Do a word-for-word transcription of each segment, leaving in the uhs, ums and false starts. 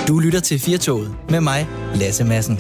Du lytter til Firtoget med mig, Lasse Madsen.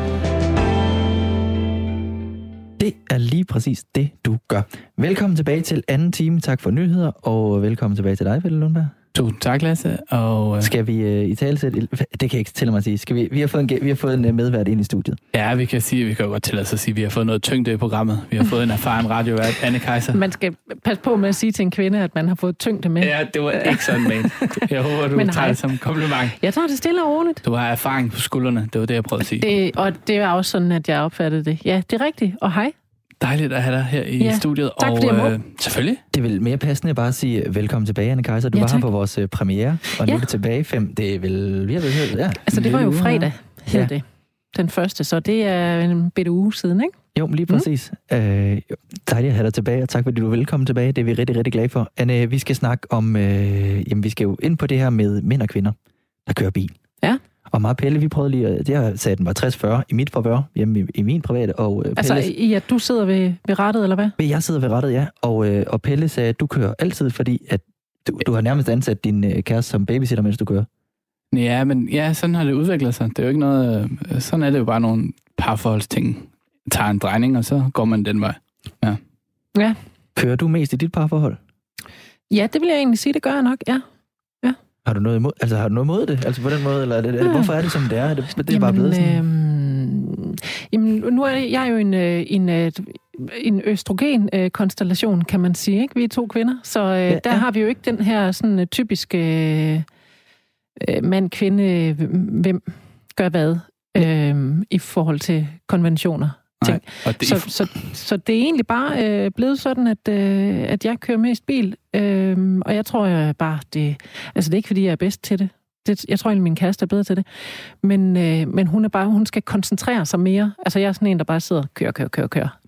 Det er lige præcis det, du gør. Velkommen tilbage til anden time. Tak for nyheder, og velkommen tilbage til dig, Pelle Lundberg. Tusind tak, Lasse. Og, uh... Skal vi uh, i tale sætte... Det kan jeg ikke tælle mig at sige. Skal vi... vi har fået en, vi har fået en medvært ind i studiet. Ja, vi kan sige, vi kan jo godt tillade os at sige, at vi har fået noget tyngde i programmet. Vi har fået en erfaren radiovært, Anne Kaiser. Man skal passe på med at sige til en kvinde, at man har fået tyngde med. Ja, det var ikke sådan, man. Jeg håber, du tager det som kompliment. Jeg tager det stille og roligt. Du har erfaring på skuldrene. Det var det, jeg prøvede at sige. Det, og det er også sådan, at jeg opfattede det. Ja, det er rigtigt. Og hej. Dejligt at have dig her i ja. studiet. Tak og, fordi jeg må. Øh, selvfølgelig. Det er vel mere passende bare at sige velkommen tilbage, Anne Kaiser. Du ja, var her på vores uh, premiere, og nu ja. er det tilbage fem. Det er vel... Vi har vel hørt, ja. Altså, det var jo fredag, hed ja. det. Den første, så det er en bitte uge siden, ikke? Jo, lige præcis. Mm. Øh, dejligt at have dig tilbage, og tak fordi du er velkommen tilbage. Det er vi rigtig, rigtig glade for. Anne, vi skal snakke om... Øh, jamen, vi skal jo ind på det her med mænd og kvinder, der kører bil. Ja. Og mig og Pelle, vi prøvede lige, at jeg sagde, at den var tres fyrre i mit forvør, hjemme i, i min private, og Pelle... Altså, i at du sidder ved, ved rattet, eller hvad? Jeg sidder ved rattet, ja, og, øh, og Pelle sagde, at du kører altid, fordi at du, du har nærmest ansat din øh, kæreste som babysitter, mens du kører. Ja, men ja, sådan har det udviklet sig. Det er jo ikke noget... Øh, sådan er det jo bare nogle parforholdsting. Tager en drejning, og så går man den vej. Ja. Ja. Kører du mest i dit parforhold? Ja, det vil jeg egentlig sige, det gør jeg nok, ja. Har du noget imod, altså har du noget imod det? Altså på den måde, eller er det, er det, hvorfor er det som det er? Er det, det er jamen, bare blevet sådan? Øhm, jamen, nu er jeg, jeg er jo en, en, en østrogen-konstellation, kan man sige, ikke? Vi er to kvinder, så øh, ja, der ja. har vi jo ikke den her sådan typiske øh, mand-kvinde, hvem gør hvad, øh, i forhold til konventioner. Nej, det så, så, så det er egentlig bare øh, blevet sådan, at, øh, at jeg kører mest bil, øh, og jeg tror jeg bare, det, altså det er ikke fordi, jeg er bedst til det. det jeg tror egentlig, min kæreste er bedre til det. Men, øh, men hun er bare, hun skal koncentrere sig mere. Altså jeg er sådan en, der bare sidder og kører, kører, kører, kører.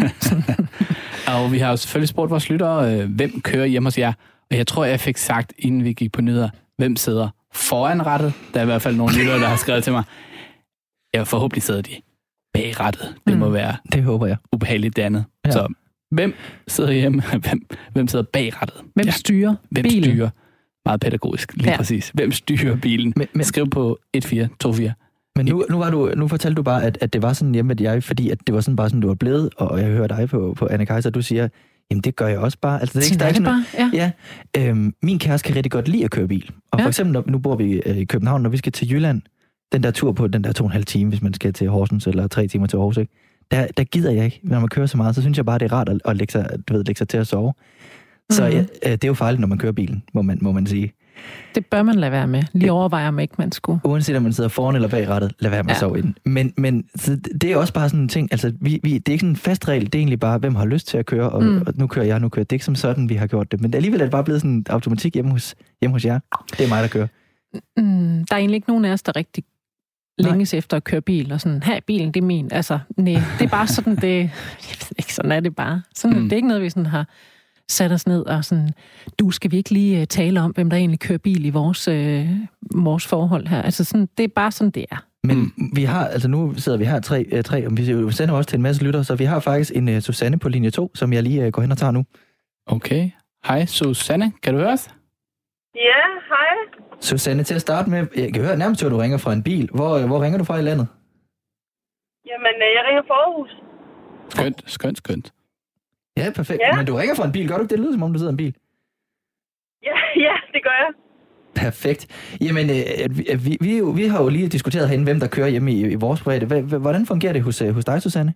Og vi har jo selvfølgelig spurgt vores lyttere, øh, hvem kører hjemme hos jer? Og jeg tror, jeg fik sagt, inden vi gik på nyheder, hvem sidder foran rattet? Der er i hvert fald nogle lyttere, der har skrevet til mig. Ja, forhåbentlig sidder de bag rattet. Det må være det håber jeg. Ubehageligt det andet. Ja. Så hvem sidder hjemme? Hvem, hvem sidder bag rattet? Hvem ja. styrer hvem bilen? Hvem styrer? Meget pædagogisk, lige ja. præcis. Hvem styrer bilen? Men, men, Skriv på et fire to fire. Men nu, nu, var du, nu fortalte du bare, at, at det var sådan hjemme, at jeg, fordi at det var sådan bare sådan, du var blevet, og jeg hører dig på, på Anne Kaiser, du siger, jamen det gør jeg også bare. Altså, det er ikke bare, ja. ja øhm, min kæreste kan rigtig godt lide at køre bil. Og ja. for eksempel, når, nu bor vi øh, i København, når vi skal til Jylland, den der tur på den der to og en halv time, hvis man skal til Horsens, eller tre timer til Aarhus, ikke? Der, der gider jeg ikke, når man kører så meget. Så synes jeg bare, det er rart at, at lægge, sig, du ved, lægge sig til at sove. Så mm-hmm. ja, det er jo farligt, når man kører bilen, må man, må man sige. Det bør man lade være med. Lige overvejer man ikke, man skulle. Uanset om man sidder foran eller bag rattet, lad være med ja. at sove i den. Men, men det er også bare sådan en ting, altså vi, vi, det er ikke sådan en fast regel, det er egentlig bare, hvem har lyst til at køre, og, mm. og nu kører jeg, nu kører jeg. Det er ikke som sådan, vi har gjort det. Men alligevel er det bare blevet sådan en automatik hjemme hos, hjemme hos jer. Det er mig, der kører. Mm, der er egentlig ikke nogen af os, der rigtig længes efter at køre bil, og sådan, her bilen, det er min. Altså, nej, det er bare sådan, det, jeg ved ikke, sådan er det bare. Sådan, mm. Det er ikke noget, vi sådan har sat os ned og sådan, du, skal vi ikke lige uh, tale om, hvem der egentlig kører bil i vores, uh, vores forhold her? Altså, sådan, det er bare sådan, det er. Men mm. vi har, altså nu sidder vi her tre, uh, tre og vi sender også til en masse lyttere, så vi har faktisk en uh, Susanne på linje to, som jeg lige uh, går hen og tager nu. Okay. Hej, Susanne. Kan du høre os? Ja, hej. Susanne, til at starte med, jeg kan høre nærmest, at du ringer fra en bil. Hvor, hvor ringer du fra i landet? Jamen, jeg ringer fra Aarhus. Skønt, skønt, skønt. Ja, perfekt. Ja. Men du ringer fra en bil, gør du ikke det? Det lyder, som om du sidder i en bil. Ja, ja, det gør jeg. Perfekt. Jamen, øh, vi, vi, vi har jo lige diskuteret herinde, hvem der kører hjemme i, i vores private. Hvordan fungerer det hos, hos dig, Susanne?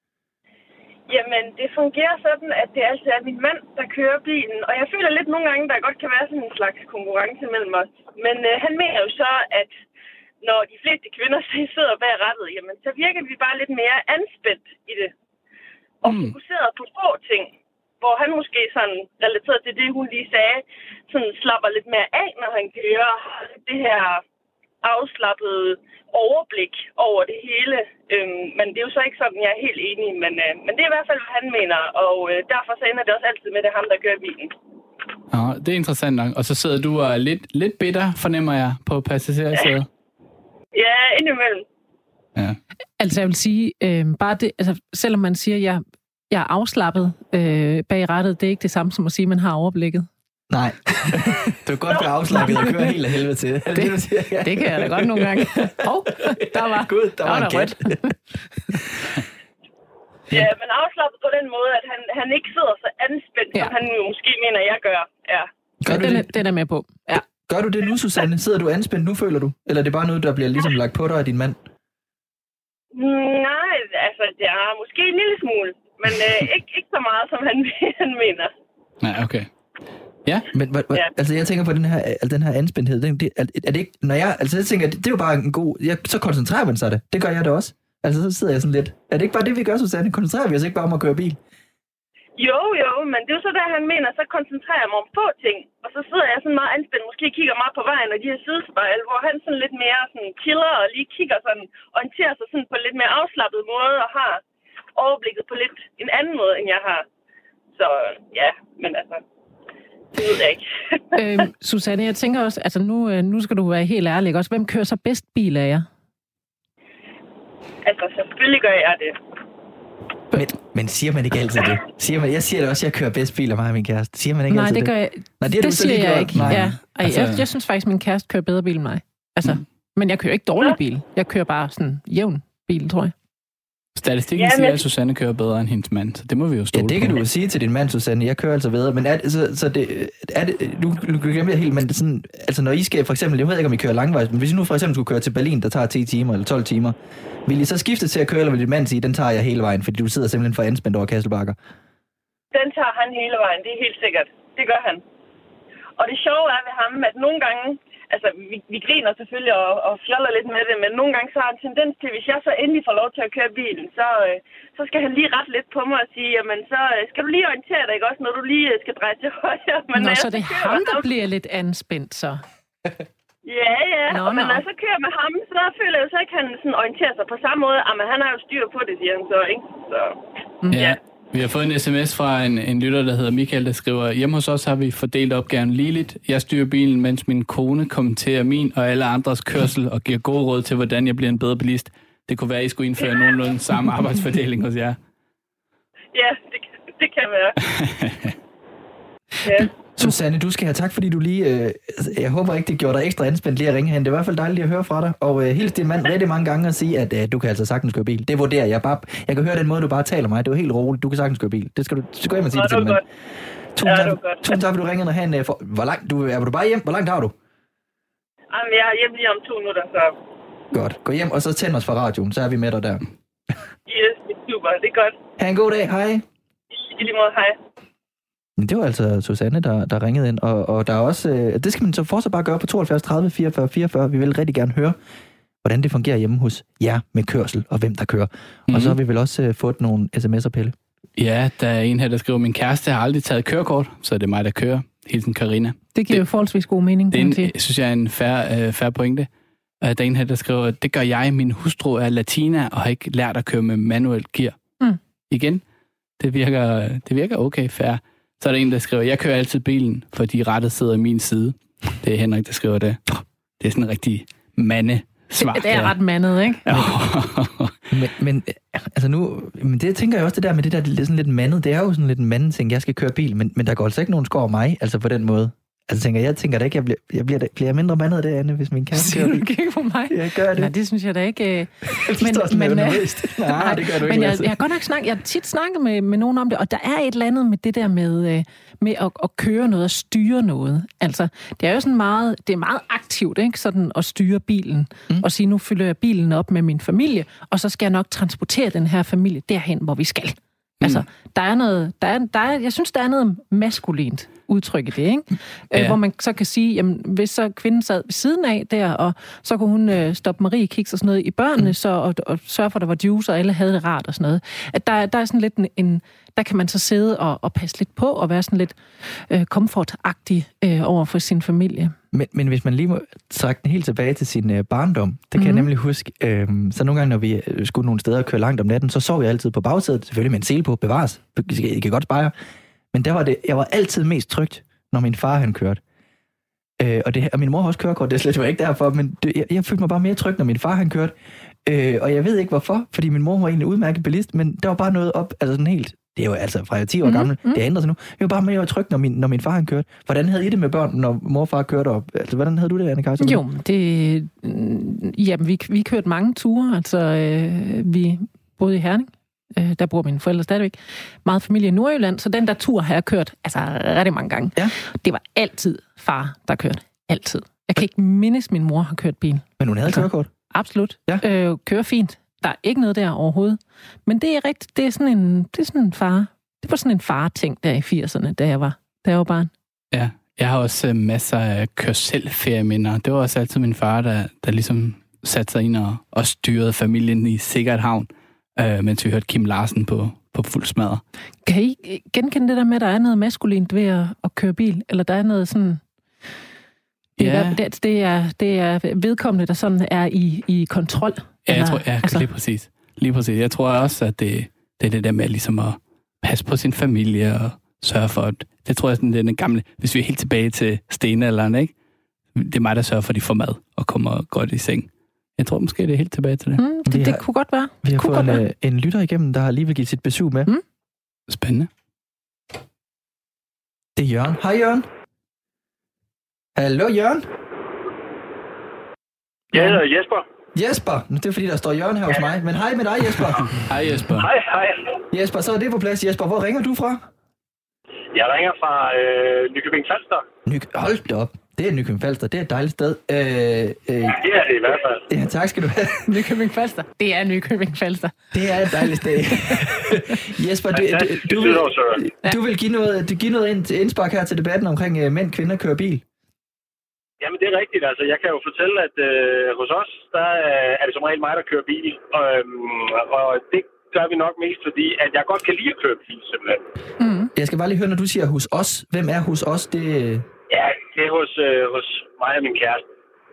Jamen, det fungerer sådan, at det altid er min mand, der kører bilen. Og jeg føler lidt nogle gange, der godt kan være sådan en slags konkurrence mellem os. Men øh, han mener jo så, at når de fleste kvinder sidder bag rattet, jamen, så virker vi bare lidt mere anspændt i det. Og mm. fokuseret på få ting. Hvor han måske sådan, relateret til det, hun lige sagde, sådan slapper lidt mere af, når han kører. Det her afslappede overblik over det hele. Øhm, men det er jo så ikke sådan, jeg er helt enig. Men, øh, men det er i hvert fald, hvad han mener. Og øh, derfor så ender det også altid med, det ham, der kører bilen. Ja, det er interessant nok. Og så sidder du og er lidt, lidt bitter, fornemmer jeg, på passagersædet. Ja, ja, indimellem. Ja. Altså jeg vil sige, øh, bare det, altså selvom man siger, at jeg, jeg er afslappet øh, bag rattet, det er ikke det samme som at sige, at man har overblikket. Nej. Du kan godt være afslappet og køre helt af helvede til. Det, det, siger, ja. Det kan jeg da godt nogle gange. Åh, oh, der var, Gud, der, der var, var en kat. Ja, men afslappet på den måde, at han, han ikke sidder så anspændt, ja. som han måske mener, jeg gør. Ja. Gør du den, det? Er, den er med på. Ja. Gør du det nu, Susanne? Sidder du anspændt nu, føler du? Eller er det bare noget, der bliver ligesom lagt på dig af din mand? Nej, altså, det er måske en lille smule, men øh, ikke, ikke så meget, som han, han mener. Nej, okay. Ja. Men hva, hva, ja. altså, jeg tænker på den her, altså, den her anspændthed. Det, det, er, er det ikke, når jeg, altså, jeg tænker, det, det er jo bare en god, ja, så koncentrerer man sig det. Det gør jeg da også. Altså, så sidder jeg sådan lidt. Er det ikke bare det, vi gør, Susanne? Koncentrerer vi os ikke bare om at køre bil? Jo, jo, men det er jo så der, han mener, så koncentrerer jeg mig om få ting. Og så sidder jeg sådan meget anspændt, måske kigger meget på vejen og de her sidespejl, hvor han sådan lidt mere sådan chiller og lige kigger sådan, orienterer sig sådan på en lidt mere afslappet måde og har overblikket på lidt en anden måde, end jeg har. Så ja, men altså, det ved jeg ikke. øhm, Susanne, jeg tænker også, altså nu, nu skal du være helt ærlig også. Hvem kører så bedst bil af jer? Altså, selvfølgelig gør jeg det. Men, men siger man ikke altid det? Siger man, jeg siger det også, at jeg kører bedst bil af mig og min kæreste. Siger man ikke Nej, altid det? det? Gør jeg, Nej, det, det siger jeg ikke. Nej. Ja. Ej, altså, jeg, jeg synes faktisk, at min kæreste kører bedre bil end mig. Altså, mm. Men jeg kører ikke dårlig bil. Jeg kører bare sådan jævn bil, tror jeg. Statistikken ja, men... siger, at Susanne kører bedre end hendes mand, så det må vi jo stole på. Ja, det kan på. Du jo sige til din mand, Susanne. Jeg kører altså bedre. Men er det, så, så det, er det, nu, nu glemmer jeg helt, men det sådan, altså når I skal for eksempel, jeg ved ikke, om I kører langvejs, men hvis I nu for eksempel skulle køre til Berlin, der tager ti timer eller tolv timer, vil I så skifte til at køre, eller vil din mand sige, den tager jeg hele vejen, fordi du sidder simpelthen for anspændt over Kasselbakker? Den tager han hele vejen, det er helt sikkert. Det gør han. Og det sjove er ved ham, at nogle gange, altså vi, vi griner selvfølgelig og, og fjoller lidt med det, men nogle gange så har han tendens til, hvis jeg så endelig får lov til at køre bilen, så, øh, så skal han lige rette lidt på mig og sige, jamen så øh, skal du lige orientere dig, ikke også, når du lige skal dreje til højre. Men Nå, så det er ham, der bliver lidt anspændt så? Ja, ja, nå, og men nå. når jeg så kører med ham, så føler jeg jo så ikke, at han sådan orienterer sig på samme måde. Men han har jo styr på det, siger han så, ikke? Så, mm. ja. Vi har fået en sms fra en, en lytter, der hedder Michael, der skriver, hjemme hos os har vi fordelt opgaven ligeligt. Jeg styrer bilen, mens min kone kommenterer min og alle andres kørsel og giver gode råd til, hvordan jeg bliver en bedre bilist. Det kunne være, at I skulle indføre nogenlunde samme arbejdsfordeling hos jer. Ja, det, det kan være. Ja. Susanne, du skal have tak, fordi du lige... Øh, jeg håber ikke, det gjorde dig ekstra anspændt lige at ringe hen. Det er i hvert fald dejligt at høre fra dig. Og øh, hils din mand rigtig mange gange og sige, at øh, du kan altså sagtens køre bil. Det vurderer jeg bare. Jeg kan høre den måde, du bare taler mig. Det er jo helt roligt. Du kan sagtens køre bil. Det skal du, skal hjem og sige det til din mand. Tusind tak, tusind tak, fordi du ringede og have en... For, hvor langt, du, er du bare hjem? Hvor langt har du? Jamen, jeg er hjemme lige om to minutter, så... Godt. Gå hjem, og så tænd os fra radioen. Så er vi med dig der. Yes, det er super. Det er godt. Ha' en god dag. Hej. I lige måde, hej. Det var altså Susanne, der, der ringede ind, og, og der er også, øh, det skal man så fortsat bare gøre på tooghalvfjerds tredive fireogfyrre fireogfyrre. Vi vil rigtig gerne høre, hvordan det fungerer hjemme hos jer med kørsel, og hvem der kører. Mm-hmm. Og så har vi vel også øh, fået nogle sms'er, Pelle. Ja, der er en her, der skriver, min kæreste har aldrig taget kørekort, så er det mig, der kører. Hilsen Karina. Det giver det, jo forholdsvis god mening. Det er en, synes jeg er en fair, uh, fair pointe. Uh, der er en her, der skriver, det gør jeg, min hustru er latina, og har ikke lært at køre med manuelt gear. Mm. Igen, det virker, det virker okay fair. Så er der en, der skriver, jeg kører altid bilen, fordi rettet sidder i min side. Det er Henrik, der skriver det. Det er sådan en rigtig mande-svar. Det, det er ret mandet, ikke? men, men, altså nu, men det tænker jeg også, det der med det der det er sådan lidt mandet, det er jo sådan lidt en mandeting, jeg skal køre bil, men, men der går altså ikke nogen skår mig, altså på den måde. Altså tænker jeg, tænker da ikke, jeg bliver, jeg bliver, bliver mindre mandet af det, Anne, hvis min kæreste kører bil. Siger du ikke på mig? Jeg gør det. Nej, det synes jeg da ikke. men, men, men, nej, det gør du ikke. Men jeg, jeg har godt nok snakket, jeg har tit snakket med, med nogen om det, og der er et eller andet med det der med, med at, at køre noget og styre noget. Altså, det er jo sådan meget, det er meget aktivt, ikke? Sådan at styre bilen, mm. og sige, nu fylder jeg bilen op med min familie, og så skal jeg nok transportere den her familie derhen, hvor vi skal. Mm. Altså, der er noget, der er, der er, jeg synes, der er noget maskulint udtryk i det, ikke? Ja. Øh, hvor man så kan sige, jamen, hvis så kvinden sad ved siden af der, og så kunne hun øh, stoppe Marie kiks og sådan noget i børnene, mm. så, og, og sørge for, at der var juice, og alle havde det rart og sådan noget. At der, der er sådan lidt en, en, der kan man så sidde og, og passe lidt på, og være sådan lidt øh, komfortagtig øh, over for sin familie. Men, men hvis man lige må trække den helt tilbage til sin øh, barndom, det kan mm-hmm. jeg nemlig huske, øh, så nogle gange, når vi skulle nogle steder og køre langt om natten, så sov jeg altid på bagsædet, selvfølgelig med en sele på, bevares, I kan godt spejre. Men der var det, jeg var altid mest trygt, når min far han kørte. Øh, og, det, og min mor har også kørekort, det er slet ikke derfor, men det, jeg, jeg følte mig bare mere tryg, når min far han kørte. Øh, og jeg ved ikke hvorfor, fordi min mor var egentlig udmærket bilist, men der var bare noget op, altså sådan helt, det er jo altså fra jeg ti år Mm, gammel, mm. det ændrer sig nu. Jeg var bare med, jeg var tryg, når min, når min far han kørte. Hvordan havde I det med børn, når mor og far kørte op? Altså, hvordan havde du det, Anne Kejser? Jo, det... Jamen, vi, vi kørte mange ture. Altså, øh, vi boede i Herning. Øh, der bor mine forældre stadigvæk. Meget familie i Nordjylland, så den der tur har jeg kørt altså rigtig mange gange. Ja. Det var altid far, der kørte. Altid. Jeg kan ikke mindes, min mor har kørt bil. Men hun havde Altså, kørekort? Absolut. Ja. Øh, kører fint. Der er ikke noget der overhovedet. Men det er rigtigt, det er sådan en, det er sådan en far. Det var sådan en far-ting der i firserne, da jeg var, da jeg var barn. Ja, jeg har også masser af kør-selv-ferieminder. Det var også altid min far, der, der ligesom satte sig ind og, og styrede familien i sikkert havn, øh, mens vi hørte Kim Larsen på, på fuld smadre. Kan I genkende det der med, at der er noget maskulint ved at, at køre bil? Eller der er noget sådan... Det, Ja. er, det, det, er, det er vedkommende, der sådan er i, i kontrol. Ja, jeg eller, tror, ja, altså... lige præcis. Lige præcis. Jeg tror også, at det, det er det der med ligesom at passe på sin familie og sørge for, at det tror jeg sådan, det er den gamle, hvis vi er helt tilbage til stenalderen, ikke? Det er mig, der sørger for, at de får mad og kommer godt i seng. Jeg tror måske, det er helt tilbage til det. Mm, det, Vi det har- kunne godt være. Vi har kunne fået godt en, være. øh, en lytter igennem, der har lige vil give sit besøg med. Mm. Spændende. Det er Jørgen. Hej, Jørgen. Hallo, Jørgen. Jeg hedder Jesper. Jesper. Nu, det er fordi, der står Jørgen her hos mig. Men hej med dig, Jesper. Hej Jesper. Hej, hej. Jesper, så er det på plads. Jesper, hvor ringer du fra? Jeg ringer fra øh, Nykøbing Falster. Ny- Hold da op. Det er Nykøbing Falster. Det er et dejligt sted. Øh, øh, Det er det i hvert fald. ja, tak skal du have. Nykøbing Falster. Det er Nykøbing Falster. Det er et dejligt sted. Jesper, du, du, Fantastisk. du, vil, Sydhavsøer. du vil give noget, du give noget ind, indspark her til debatten omkring uh, mænd, kvinder kører bil. Jamen, det er rigtigt. Altså, jeg kan jo fortælle, at øh, hos os, der øh, er det som regel mig, der kører bil. Og, øhm, og det gør vi nok mest, fordi at jeg godt kan lide at køre bil, simpelthen. Mm. Jeg skal bare lige høre, når du siger hos os. Hvem er hos os? Det, Ja, det er hos, øh, hos mig og min kæreste.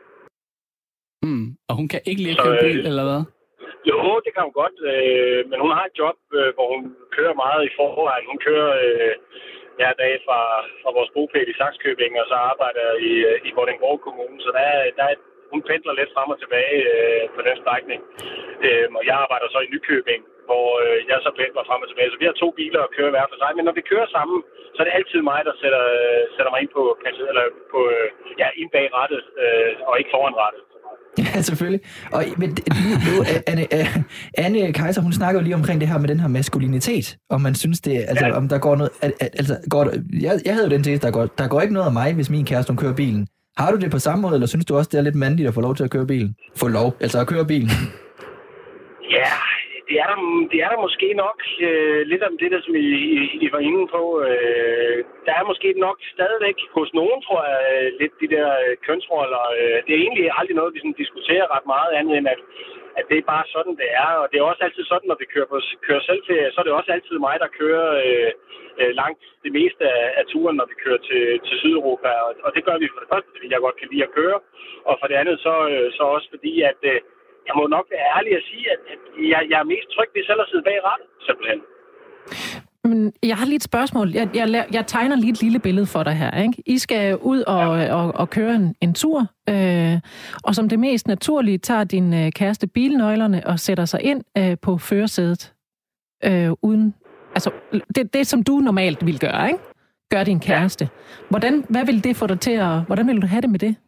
Mm. Og hun kan ikke lide at Så, køre øh, bil, eller hvad? Jo, det kan hun godt, øh, men hun har et job, øh, hvor hun kører meget i forvejen. Hun kører øh, hver dag fra, fra vores bopæl i Sakskøbing, og så arbejder i, øh, i Vordingborg Kommune, så der, er- der er, hun pendler lidt frem og tilbage øh, på den strækning. Øh, og jeg arbejder så i Nykøbing, hvor øh, jeg så pendler frem og tilbage. Så vi har to biler og kører hver for sig, men når vi kører sammen, så er det altid mig, der sætter, sætter mig ind på, eller på øh, ja, ind bag rattet, øh, og ikke foran rattet. ja, selvfølgelig. Og, men nu, nu, Anne, Anne Kejser, hun snakker jo lige omkring det her med den her maskulinitet. Om man synes det, altså Ja. om der går noget, al- al- altså går der, jeg, jeg havde jo den tese, der går, der går ikke noget af mig, hvis min kæreste hun kører bilen. Har du det på samme måde, eller synes du også, det er lidt mandligt at få lov til at køre bilen? Få lov, altså at køre bilen. Ja, det er der, det er der måske nok øh, lidt om det, der som I, I, I var inde på. Øh, der er måske nok stadigvæk hos nogen, tror jeg, øh, lidt de der øh, kønsroller. Øh, det er egentlig aldrig noget, vi sådan diskuterer ret meget andet end, at, at det er bare sådan, det er. Og det er også altid sådan, når vi kører, på, kører selvferie, så er det også altid mig, der kører øh, øh, langt det meste af, af turen, når vi kører til, til Sydeuropa. Og, og det gør vi for det første, fordi jeg godt kan lide at køre. Og for det andet så, øh, så også fordi, at... Øh, Jeg må nok være ærlig at sige, at jeg, jeg er mest tryg ved selv at sidde bag rattet, simpelthen. Men jeg har lige et spørgsmål. Jeg, jeg, la- jeg tegner lige et lille billede for dig her. Ikke? I skal ud og, ja. og, og køre en, en tur, øh, og som det mest naturlige tager din øh, kæreste bilnøglerne og sætter sig ind øh, på førersædet. Øh, uden, altså, det, det, som du normalt vil gøre, ikke? Gør din kæreste. Hvordan, hvad vil det få dig til at... Hvordan vil du have det med det?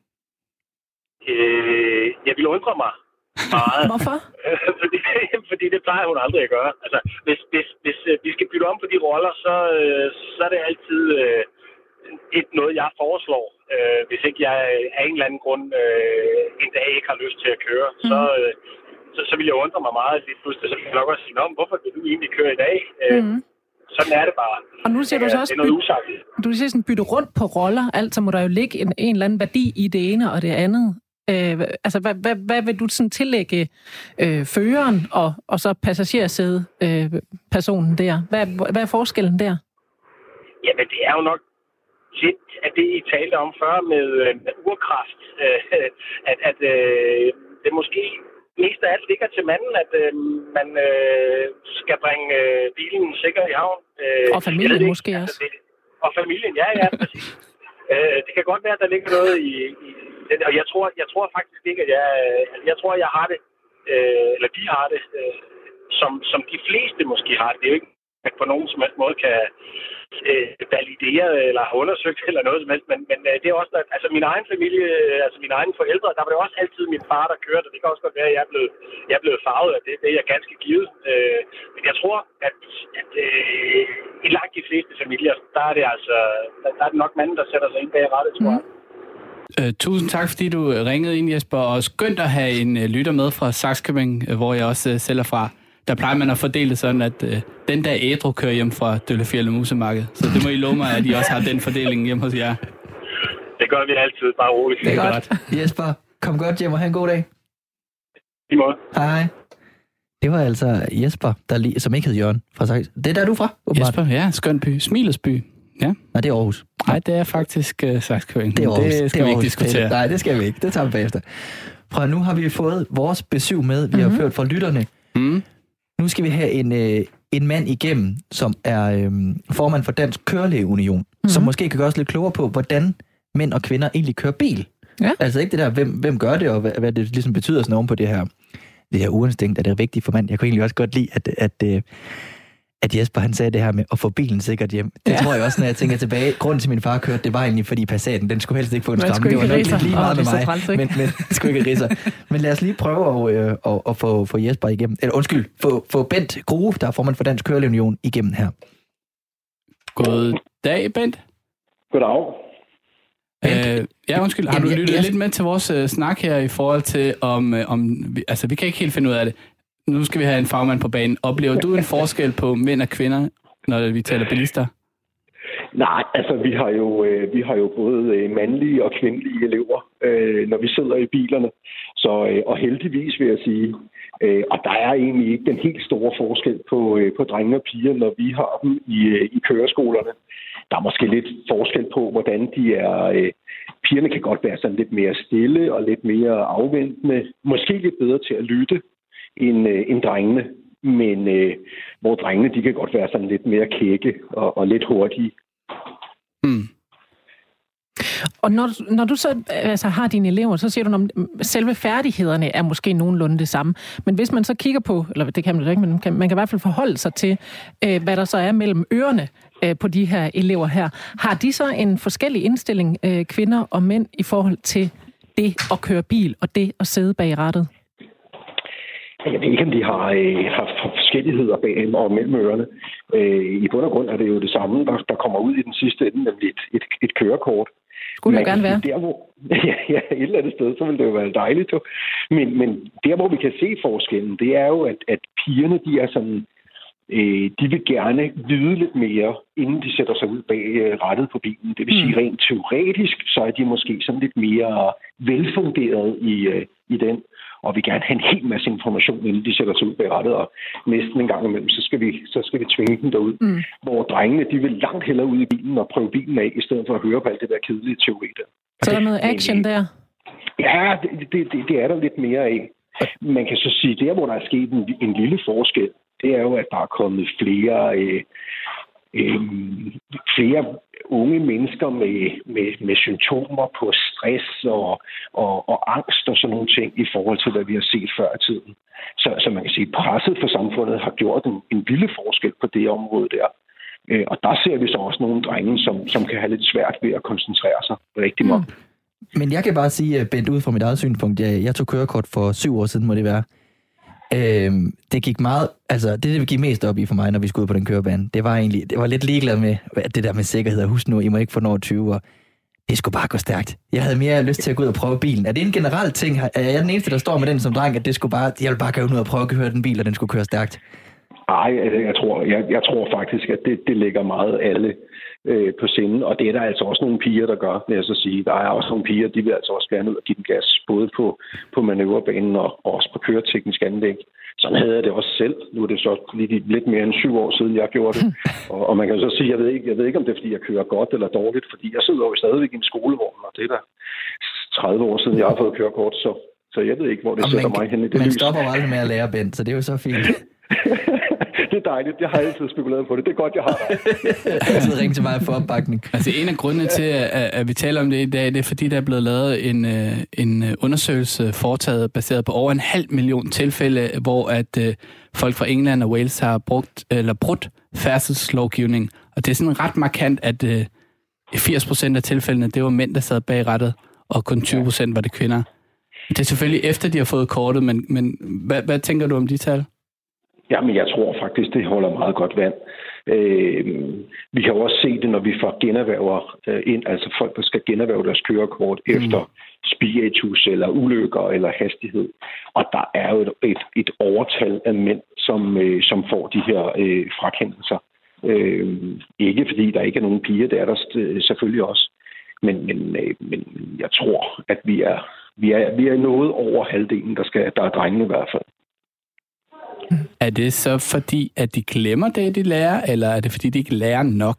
Øh, jeg vil undre mig meget. Hvorfor? fordi, fordi det plejer hun aldrig at gøre. Altså, hvis, hvis, hvis øh, vi skal bytte om på de roller, så, øh, så er det altid øh, et noget, jeg foreslår. Øh, hvis ikke jeg af en eller anden grund øh, en dag ikke har lyst til at køre, mm. så, øh, så, så vil jeg undre mig meget lige pludselig. Så vil jeg nok også sige, hvorfor vil du egentlig køre i dag? Øh, Mm. Sådan er det bare. Og nu siger du så også... Det er noget usagt. Du siger sådan bytte rundt på roller, altså må der jo ligge en, en eller anden værdi i det ene og det andet. Øh, altså, hvad, hvad, hvad vil du sådan tillægge øh, føreren og, og så passagersæde øh, personen der? Hvad, hvad er forskellen der? Jamen, det er jo nok lidt af det, I talte om før med, med urkraft. Øh, at at øh, det måske mest af alt ligger til manden, at øh, man øh, skal bringe øh, bilen sikkert i havn. Øh, Og familien det, måske altså, også. Det, og familien, ja, ja, præcis. øh, det kan godt være, at der ligger noget i... i den, og jeg tror, jeg tror faktisk ikke, at jeg... Jeg tror, jeg har det, øh, eller de har det, øh, som, som de fleste måske har det. Det er jo ikke man på nogen som helst måde kan øh, validere eller have undersøgt eller noget som helst. Men, men øh, det er også, at, altså min egen familie, altså mine egne forældre, der var det også altid min far, der kørte. Det kan også godt være, at jeg er blevet, jeg er blevet farvet af det. Det er jeg ganske givet. Øh, men jeg tror, at, at øh, i langt de fleste familier, der er det altså, der, der er det nok manden, der sætter sig ind bag rettet, tror jeg. Uh, tusind tak, fordi du ringede ind, Jesper, og skønt at have en uh, lytter med fra Sakskøbing, uh, hvor jeg også uh, selv er fra. Der plejer man at fordele det sådan, at uh, den der ædru kører hjem fra Døllefjelde Musemarked. Så det må I love mig, at I også har den fordeling hjemme hos jer. Det gør vi altid, bare roligt. Det er godt. Jesper, kom godt hjem og have en god dag. I måde. Hej. Det var altså Jesper, der lige, som ikke hed Jørgen fra Sakskøbing. Det er der, du er fra, åbenbart. Jesper, ja, skøn by. Smilets by. Ja. Nej, det er Aarhus. Nej, det er faktisk uh, Sakskøbing. Det er Aarhus. Det skal det er vi ikke diskutere. Det, nej, det skal vi ikke. Det tager vi bagefter. Prøv, nu har vi fået vores besøg med, vi mm-hmm. har ført fra lytterne. Mm. Nu skal vi have en, øh, en mand igennem, som er øh, formand for Dansk Kørelægeunion, mm-hmm. som måske kan gøre os lidt klogere på, hvordan mænd og kvinder egentlig kører bil. Ja. Altså ikke det der, hvem, hvem gør det, og hvad, hvad det ligesom betyder sådan oven på det her, det her uinstinkt, at det er vigtigt for mand. Jeg kunne egentlig også godt lide, at, at, at, at Jesper han sagde det her med at få bilen sikkert hjem. Det ja. tror jeg også, når jeg tænker tilbage. Grunden til, min far kørte, det var egentlig, fordi Passaten, den skulle helst ikke få en stramme. Det var nok lidt lige meget med mig, træls, men, men skulle ikke ridser. Men lad os lige prøve at, øh, at, at få, få Jesper igennem. Eller undskyld, få, få Bent Grue, der er formand for Dansk Kørelægeunion, igennem her. God dag, Bent. Goddag. Øh, ja, undskyld. Har du lyttet jeg, jeg... lidt med til vores uh, snak her i forhold til, om, uh, om vi, altså vi kan ikke helt finde ud af det. Nu skal vi have en fagmand på banen. Oplever du en forskel på mænd og kvinder, når vi taler bilister? Nej, altså vi har jo øh, vi har jo både mandlige og kvindelige elever, øh, når vi sidder i bilerne. Så øh, og heldigvis vil jeg sige, øh, og der er egentlig ikke den helt store forskel på øh, på drenge og piger, når vi har dem i øh, i køreskolerne. Der er måske lidt forskel på, hvordan de er. Øh, pigerne kan godt være sådan lidt mere stille og lidt mere afventende, måske lidt bedre til at lytte end, øh, end drengene. Men øh, hvor drengene, de kan godt være sådan lidt mere kække og, og lidt hurtige. Mm. Og når, når du så altså, har dine elever, så siger du, at selve færdighederne er måske nogenlunde det samme. Men hvis man så kigger på, eller det kan man jo ikke, men man kan, man kan i hvert fald forholde sig til, øh, hvad der så er mellem ørerne øh, på de her elever her. Har de så en forskellig indstilling, øh, kvinder og mænd, i forhold til det at køre bil og det at sidde bag rattet? Jeg ved ikke, om de har, øh, har forskelligheder bag og mellem ørerne. Øh, I bund og grund er det jo det samme, der, der kommer ud i den sidste ende, nemlig et, et, et kørekort. Skulle det jo gerne være. Der, hvor, ja, ja, et eller andet sted, så vil det jo være dejligt. Jo. Men, men der, hvor vi kan se forskellen, det er jo, at, at pigerne, de er sådan, øh, de vil gerne vide lidt mere, inden de sætter sig ud bag øh, rattet på bilen. Det vil sige, mm. rent teoretisk, så er de måske sådan lidt mere velfunderet i, øh, i den, og vi gerne have en hel masse information, inden de sætter sig ud bag rattet, og næsten en gang imellem, så skal vi, så skal vi tvinge dem derud. Mm. Hvor drengene, de vil langt hellere ud i bilen og prøve bilen af, i stedet for at høre på alt det der kedelige teori der. Så er der noget action der? Ja, det, det, det, det er der lidt mere af. Man kan så sige, der hvor der er sket en, en lille forskel, det er jo, at der er kommet flere... Øh, øh, flere unge mennesker med, med, med symptomer på stress og, og, og angst og sådan nogle ting i forhold til, hvad vi har set før i tiden. Så, så man kan sige, at presset for samfundet har gjort en, en lille forskel på det område der. Øh, og der ser vi så også nogle drenge, som, som kan have lidt svært ved at koncentrere sig rigtig meget. Mm. Men jeg kan bare sige, Bent, ud fra mit eget synspunkt, jeg, jeg tog kørekort for syv år siden, må det være. Øhm, det gik meget, altså det, det gik mest op i for mig, når vi skulle ud på den kørebane, det var egentlig, det var lidt ligeglad med det der med sikkerhed, og husk nu, I må ikke få når tyve, og det skulle bare gå stærkt. Jeg havde mere lyst til at gå ud og prøve bilen. Er det en generel ting? Er jeg den eneste, der står med den som dreng, at det skulle bare, jeg vil bare gå ud og prøve at køre den bil, og den skulle køre stærkt? Nej, jeg tror, jeg, jeg tror faktisk, at det, det ligger meget alle øh, på sinde, og det er der altså også nogle piger, der gør, vil jeg så sige. Der er også nogle piger, de vil altså også gerne ud og give den gas, både på, på manøvrebanen og også på køreteknisk anlæg. Sådan havde jeg det også selv. Nu er det så lidt, lidt mere end syv år siden, jeg gjorde det. Og, og man kan så sige, jeg ved, ikke, jeg ved ikke, om det er, fordi jeg kører godt eller dårligt, fordi jeg sidder jo stadigvæk i en skolevogn, og det er der tredive år siden, jeg har fået kørekort, så, så jeg ved ikke, hvor det Jamen, sætter man, mig hen i det man lys. Man stopper jo aldrig med at lære, Bent, så det er jo så fint. Det er dejligt. Jeg har altid spekuleret på det. Det er godt, jeg har dig. altid ringe til mig for opbakning. Altså en af grundene til, at, at vi taler om det i dag, det er fordi, der er blevet lavet en, en undersøgelse foretaget baseret på over en halv million tilfælde, hvor at uh, folk fra England og Wales har brugt eller brudt færdselslovgivning. Og det er sådan ret markant, at uh, firs procent af tilfældene, det var mænd, der sad bag rattet, og kun tyve procent var det kvinder. Det er selvfølgelig efter, de har fået kortet, men, men hvad, hvad tænker du om de tal? Jamen, jeg tror faktisk, det holder meget godt vand. Øh, vi kan jo også se det, når vi får generhverver øh, ind, altså folk, der skal generhverve deres kørekort mm. efter spiritus eller ulykker eller hastighed. Og der er jo et, et, et overtal af mænd, som, øh, som får de her øh, frakendelser. Øh, ikke fordi der ikke er nogen piger, det er der selvfølgelig også. Men, men, øh, men jeg tror, at vi er, vi er, vi er noget over halvdelen, der, skal, der er drengene i hvert fald. Er det så fordi, at de glemmer det, de lærer, eller er det fordi, de ikke lærer nok?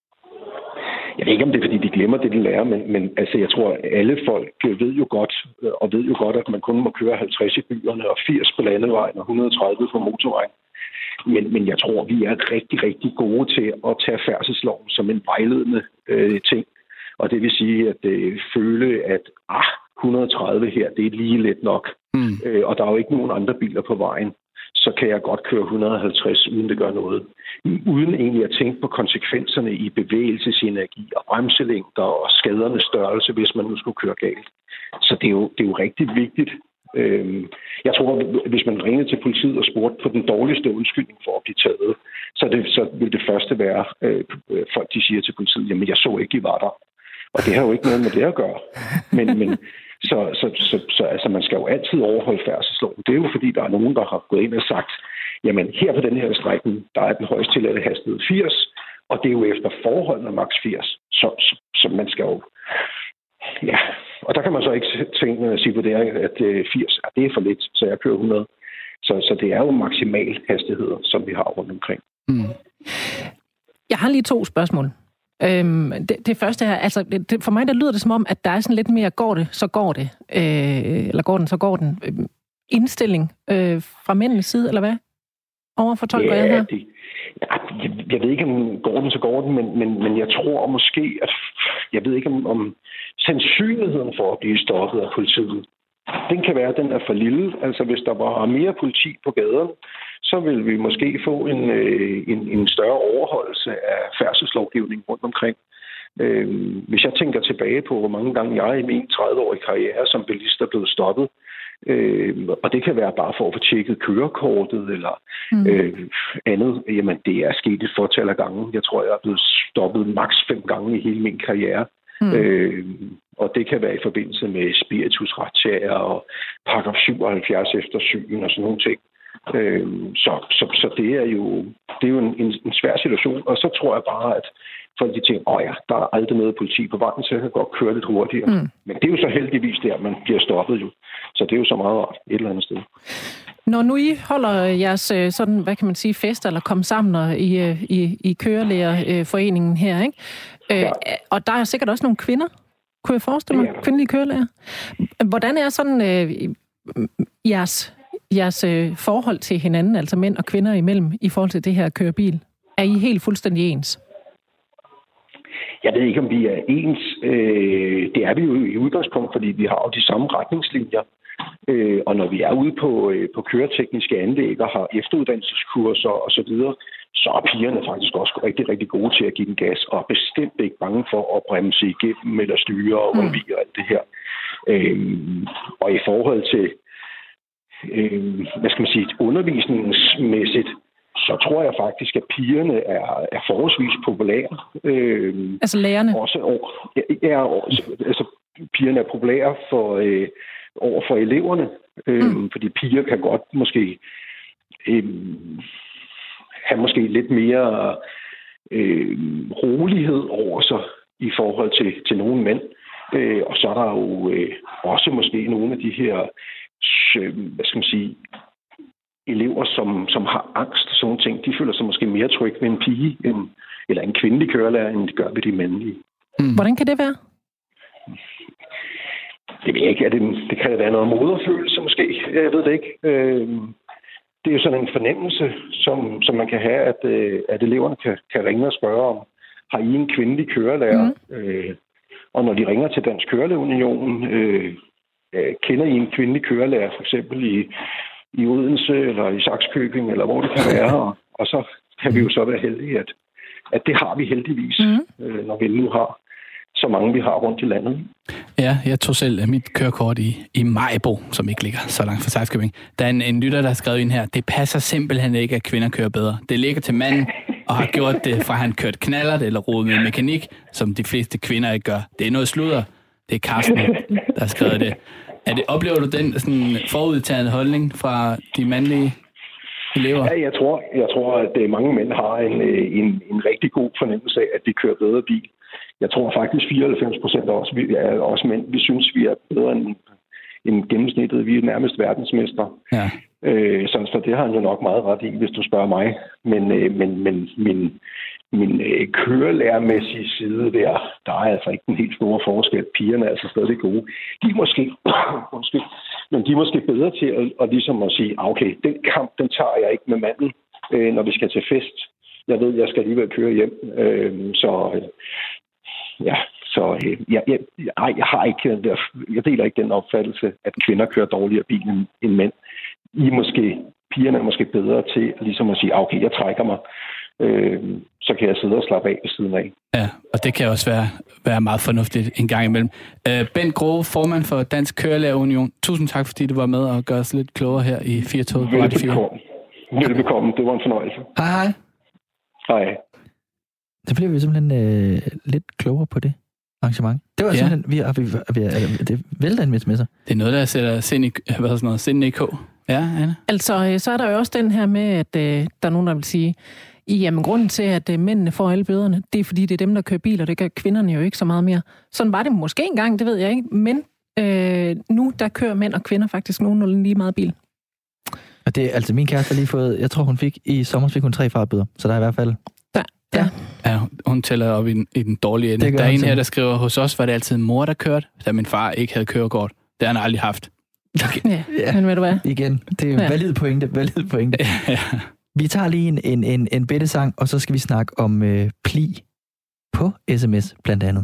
Jeg ved ikke, om det er fordi, de glemmer det, de lærer, men, men altså, jeg tror, at alle folk ved jo godt, og ved jo godt, at man kun må køre halvtreds i byerne og firs på landevejen og et hundrede og tredive på motorvejen. Men, men jeg tror, vi er rigtig, rigtig gode til at tage færdselsloven som en vejledende øh, ting. Og det vil sige, at øh, føle, at ah, et hundrede og tredive her, det er lige lidt nok. Mm. Øh, og der er jo ikke nogen andre biler på vejen. Så kan jeg godt køre et hundrede og halvtreds, uden det gør noget. Uden egentlig at tænke på konsekvenserne i bevægelsesenergi og bremselængder og skadernes størrelse, hvis man nu skulle køre galt. Så det er jo, det er jo rigtig vigtigt. Jeg tror, hvis man ringede til politiet og spurgte på den dårligste undskyldning for at blive taget, så, det, så vil det første være, øh, folk de siger til politiet, jamen jeg så ikke, I var der. Og det har jo ikke noget med det at gøre. Men, men så, så, så, så altså, man skal jo altid overholde færdselsloven. Det er jo fordi, der er nogen, der har gået ind og sagt, jamen her på den her strækning, der er den højst tilladte hastighed firs, og det er jo efter forholdene maks firs. Så, så, så man skal jo... Ja, og der kan man så ikke tænke at sige på det, at firs, ja, det er for lidt, så jeg kører hundrede. Så, så det er jo maksimal hastigheder, som vi har rundt omkring. Mm. Jeg har lige to spørgsmål. Øhm, det, det første er, altså det, for mig der lyder det som om, at der er sådan lidt mere, går det, så går det, øh, eller går den, så går den, øh, indstilling øh, fra mændenes side, eller hvad? Overfortolker ja, jeg her? Det, ja, jeg, jeg ved ikke, om går den, så går den, men, men, men jeg tror måske, at jeg ved ikke, om, om sandsynligheden for at blive stoppet af politiet, den kan være, at den er for lille. Altså, hvis der var mere politi på gaderne, så vil vi måske få en, en, en større overholdelse af færdselslovgivning rundt omkring. Hvis jeg tænker tilbage på, hvor mange gange jeg i min tredive-årige karriere som bilist er blevet stoppet, og det kan være bare for at få tjekket kørekortet eller mm. øh, andet, jamen det er sket et fortal af gange. Jeg tror, jeg er blevet stoppet maks fem gange i hele min karriere. Mm. Øh, og det kan være i forbindelse med spiritusretssager og paragraf syvoghalvfjerds efter syn og sådan nogle ting. Øh, så, så, så det er jo, det er jo en, en, en svær situation, og så tror jeg bare, at folk de tænker, åh ja, der er aldrig noget politi på vejen, så jeg kan godt køre lidt hurtigere. Mm. Men det er jo så heldigvis der, man bliver stoppet jo. Så det er jo så meget rart et eller andet sted. Når nu I holder jeres sådan, hvad kan man sige, fester eller kommer sammen og i, i, i kørelærerforeningen her, ikke? Ja. Og der er sikkert også nogle kvinder, kunne jeg forestille mig, kvindelige kørelærer. Hvordan er sådan øh, jeres, jeres øh, forhold til hinanden, altså mænd og kvinder imellem, i forhold til det her kørebil? Er I helt fuldstændig ens? Jeg ved ikke, om vi er ens. Øh, det er vi jo i udgangspunkt, fordi vi har jo de samme retningslinjer. Øh, og når vi er ude på, øh, på køretekniske anlæg og har efteruddannelseskurser osv., så, så er pigerne faktisk også rigtig, rigtig gode til at give den gas, og bestemt ikke bange for at bremse igennem eller styre og undvige og alt det her. Øh, og i forhold til, øh, hvad skal man sige, undervisningsmæssigt, så tror jeg faktisk, at pigerne er, er forholdsvis populære. Øh, altså lærerne? Også, ja, ja, altså pigerne er populære for, øh, over for eleverne, øh, mm. fordi piger kan godt måske øh, have måske lidt mere øh, rolighed over sig i forhold til, til nogle mænd. Øh, og så er der jo øh, også måske nogle af de her, øh, hvad skal man sige, elever, som, som har angst og sådan ting, de føler sig måske mere trygge ved en pige, end, eller en kvindelig kørelærer, end de gør ved de mandlige. Mm. Hvordan kan det være? Det ved jeg ikke. Det, det kan være noget moderfølelse måske. Jeg ved det ikke. Øh, det er jo sådan en fornemmelse, som, som man kan have, at, at eleverne kan, kan ringe og spørge om, har I en kvindelig kørelærer? Mm. Øh, og når de ringer til Dansk Kørelærer-Union, øh, øh, kender I en kvindelig kørelærer, for eksempel i, i Odense eller i Sakskøbing, eller hvor det kan være, og, og så kan vi jo så være heldige, at, at det har vi heldigvis, mm. øh, når vi nu har så mange, vi har rundt i landet. Ja, jeg tog selv mit kørekort i, i Majbo, som ikke ligger så langt fra Sakskøbing. Der er en, en lytter, der har skrevet ind her, det passer simpelthen ikke, at kvinder kører bedre. Det ligger til manden, og har gjort det, fra han kørt knallert eller rodet med mekanik, som de fleste kvinder ikke gør. Det er noget sludder. Det er Carsten, der har skrevet det. Er det. Oplever du den sådan forudtagende holdning fra de mandlige elever? Ja, jeg tror, jeg tror at mange mænd har en, en, en rigtig god fornemmelse af, at de kører bedre bil. Jeg tror faktisk fireoghalvfems procent af os, vi er også mænd, vi synes, vi er bedre end, end gennemsnittet. Vi er nærmest verdensmester. Ja. Øh, så, så det har han jo nok meget ret i, hvis du spørger mig. Men, øh, men, men min, min øh, kørelærermæssige side der, der er altså ikke den helt store forskel. Pigerne er altså stadig gode. De er måske, måske, men de er måske bedre til at, at, ligesom at sige, okay, den kamp, den tager jeg ikke med manden, øh, når vi skal til fest. Jeg ved, jeg skal alligevel køre hjem. Øh, så... Øh, Ja, så øh, jeg, jeg, jeg, jeg har ikke den der, jeg deler ikke den opfattelse, at kvinder kører dårligere bil end, end mænd. I er måske, pigerne er måske bedre til ligesom at sige, okay, jeg trækker mig, øh, så kan jeg sidde og slappe af ved siden af. Ja, og det kan også være, være meget fornuftigt en gang imellem. Øh, Bent Grove, formand for Dansk Kørelærer-Union. Tusind tak, fordi du var med og gør os lidt klogere her i Firtoget på Radio fire. Velbekomme, det var en fornøjelse. Hej hej. Hej. Så blev vi simpelthen øh, lidt klogere på det arrangement. Det var ja. simpelthen, vi er, vi er, vi er, det vælter en med sig. Det er noget, der sætter sind i, hvad sådan noget, sind i k. Ja, Anna? Altså, så er der jo også den her med, at øh, der er nogen, der vil sige, jamen grunden til, at øh, mændene får alle bøderne, det er fordi, det er dem, der kører biler, det gør kvinderne jo ikke så meget mere. Sådan var det måske engang, det ved jeg ikke, men øh, nu, der kører mænd og kvinder faktisk nogenlunde lige meget bil. Og det er altså min kæreste lige fået, jeg tror hun fik, i sommer fik hun tre fartbøder, så der er i hvert fald... Ja. Ja, hun tæller op i den, i den dårlige ende. Der er en her, der skriver, hos os var det altid mor, der kørte, da min far ikke havde kørekort. Det har han aldrig haft. Okay. Ja, ja, men ved du hvad? Igen, det er ja. valid pointe, valid pointe. Ja. Vi tager lige en, en, en, en bitte sang, og så skal vi snakke om øh, pli på sms blandt andet.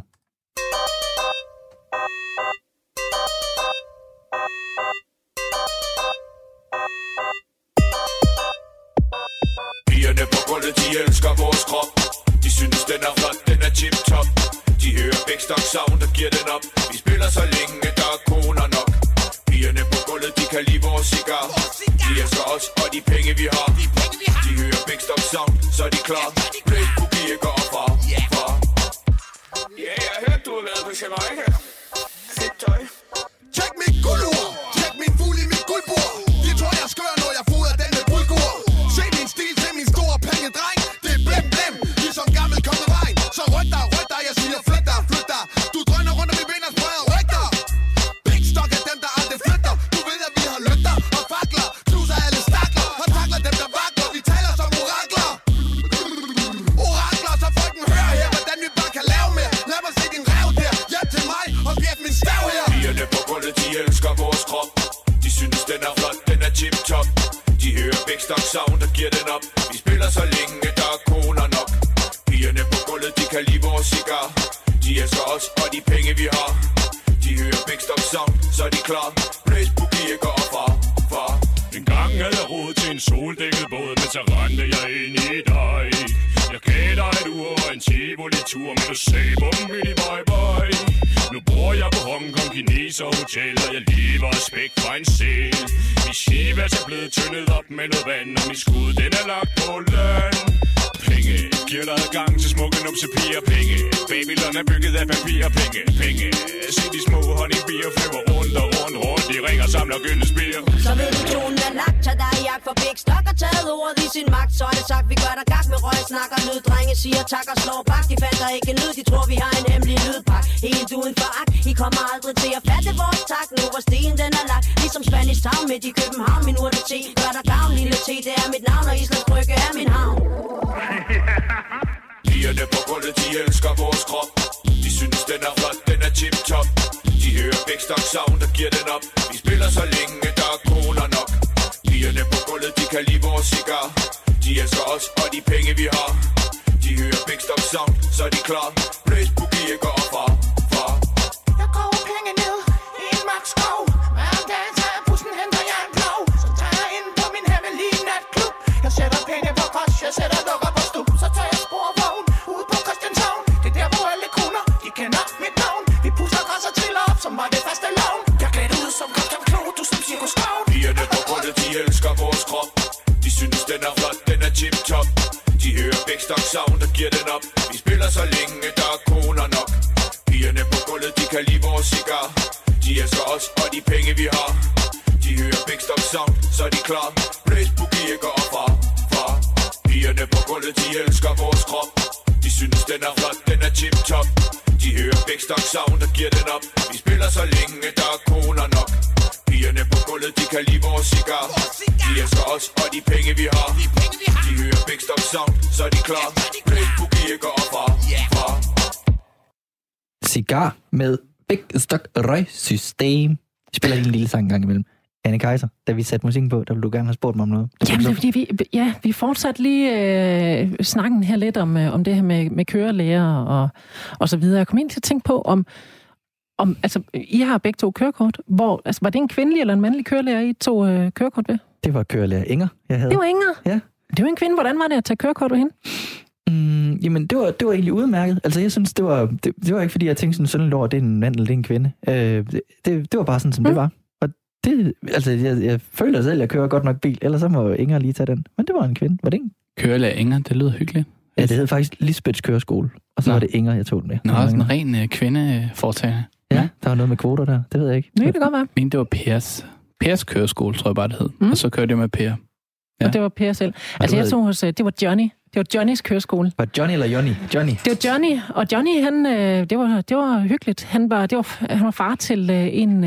De elsker vores krop. De synes den er flot, den er tip-top. De hører Bækstok Sound, der giver den op. Vi spiller så længe, der er koner nok. Pigerne på gulvet, de kan lide vores cigar. De elsker os og de penge vi har. De hører Bækstok Sound, så er de klar. Blæk på kirker og far, far. Ja, jeg har hørt, du har været på Jamaica. Fedt tøj. Tjek mit guldur. Tjek min fugl i mit guldbord. De tror jeg skør, når jeg fodrer den med bulgur. Se min stil til min store pengedreng. Det er blem blem, ligesom gammel kongeregn. Så ryk dig, ryk dig, jeg siger flyt dig, flyt dig. Du drønner rundt om i ben og spreder ryk dig. Big Stock er dem, der aldrig flytter. Du ved, at vi har lygter og fakler. Knuser alle stakler og takler dem, der vakler. Vi taler som orakler. Orakler, så frygten hør her, hvordan vi bare kan lave mere. Lad mig se din ræv der, hjælp til mig og bjæft min stav her. Pigerne på gulvet, de elsker vores krop. De synes, den er flot, den er tip-top. De hører Bækstok Sound, der giver den op. Vi spiller så længe, der er koner nok. Pigerne på gulvet, de kan lide vores cigar. De elsker os og de penge vi har. De hører Bækstok Sound, så er de klar. Blæs på kirker og far, far. En gang havde jeg råd til en soldækket båd, men så rendte jeg ind i dig. Jeg gav dig et ur og en Tivoli-tur, men du sagde bum, mini bye bye. Nu bor jeg på Hongkong, kineser hotel, og jeg lever af spæk fra en sæl. Min Chivas er blevet tyndet op med noget vand, og min skud den er lagt på land. Penge giver dig adgang til smukke numsepiger. Penge, Babylon er bygget af papir. Penge, penge, se de små honeybier flyver rundt og rundt, rundt. De ringer og samler gyldenspir. Så ved du tonen er lagt, tag dig i jagt for Bækstok og taget ordet i sin magt. Så er det sagt, vi gør dig gak med røg, snakker lyd. Drenge siger tak og slår bak. De fatter ikke lyd, de tror vi har en hemmelig lydpak. Helt uden for akt, I kommer aldrig til at fatte vores tak. Nu hvor stien den er lagt, ligesom Spanish Town midt i København. Min urte te, gør dig gavn, lille te, det er mit navn, og Islands Brygge er min havn. Pigerne på gulvet, de elsker vores krop. De synes den er flot, den er tip-top. De hører Bækstok Sound, der giver den op. Vi spiller så længe, der er koner nok. Pigerne på gulvet, de kan lide vores cigar. De elsker os og de penge vi har. De hører Big Stock Sound, så er de klar. Blæs boogie, går og far, far. Jeg går penge ned i en magtskov. Hver dag tager jeg bussen, henter jeg en plov. Så tager jeg ind på min hemmelige natklub. Jeg sætter penge på kost, jeg sætter lukker på stup. Så tager jeg sporvogn ud på Christianshavn. Det er der, hvor alle kunder, de kender mit navn. Vi pusser græs og triller op, som var det faste lavn. Jeg klædt ud som Christian Klo, du som Cirkus Skov. Pigerne på gulvet, de elsker vores krop. De synes, den er flot, den er tip-top. De hører Big Stock Sound og giver den op. Vi spiller så længe, der er koner nok. Pigerne på gulvet, de kan lide vores cigar. De elsker os og de penge vi har. De hører Big Stock Sound, så er de klar. Blæs boogie, går og far, far. Pigerne på gulvet, de elsker vores krop. De synes, den er flot, den er tip-top. De hører Big Stock Sound og giver den op. Vi spiller så længe, der er koner nok. Pigerne på gulvet, de kan lide vores cigar. De elsker os og de penge vi har. De hører Big Stock Sound, så er de klar. Blæs boogie, går og far, far. Cigar med Big Stock Røgsystem. Jeg spiller lige en lille sang en gang imellem. Anne Kaiser, da vi satte musikken på, der ville du gerne have spurgt mig om noget. Jamen, det er fordi, vi, ja, vi fortsatte lige øh, snakken her lidt om, øh, om det her med, med kørelærer og, og så videre. Jeg kom ind til at tænke på, om, om altså, I har begge to kørekort. Hvor, altså, var det en kvindelig eller en mandlig kørelærer, I tog øh, kørekort ved? Det var kørelærer Inger, jeg havde. Det var Inger? Ja. Det var en kvinde. Hvordan var det at tage kørekort ved hende? Mm, jamen, det var, det var egentlig udmærket. Altså, jeg synes, det var, det, det var ikke, fordi jeg tænkte sådan, sådan lort, det er en mand eller det er en kvinde. Øh, det, det, det var bare sådan, som mm. det var. Og det, altså, jeg, jeg føler selv, at jeg kører godt nok bil, ellers så må Inger lige tage den. Men det var en kvinde, var det ikke? Kørelærer Inger, det lyder hyggeligt. Ja, det hed faktisk Lisbeths køreskole, og så Nå. var det Inger, jeg tog den med. Nå, sådan en ren uh, kvindeforetagende. Ja, ja, der var noget med kvoter der, det ved jeg ikke. Nej, det kan godt være. Men det var Pers. Pers køreskole, tror jeg bare, det hed. Mm. Og så kørte jeg med Per. Ja. Og det var Per selv. Altså, jeg tog hos, det var Johnny. Det var Johnnys køreskole. Var Johnny eller Johnny? Johnny. Det var Johnny, og Johnny, han, det var, det var hyggeligt. Han var, det var, han var far til en,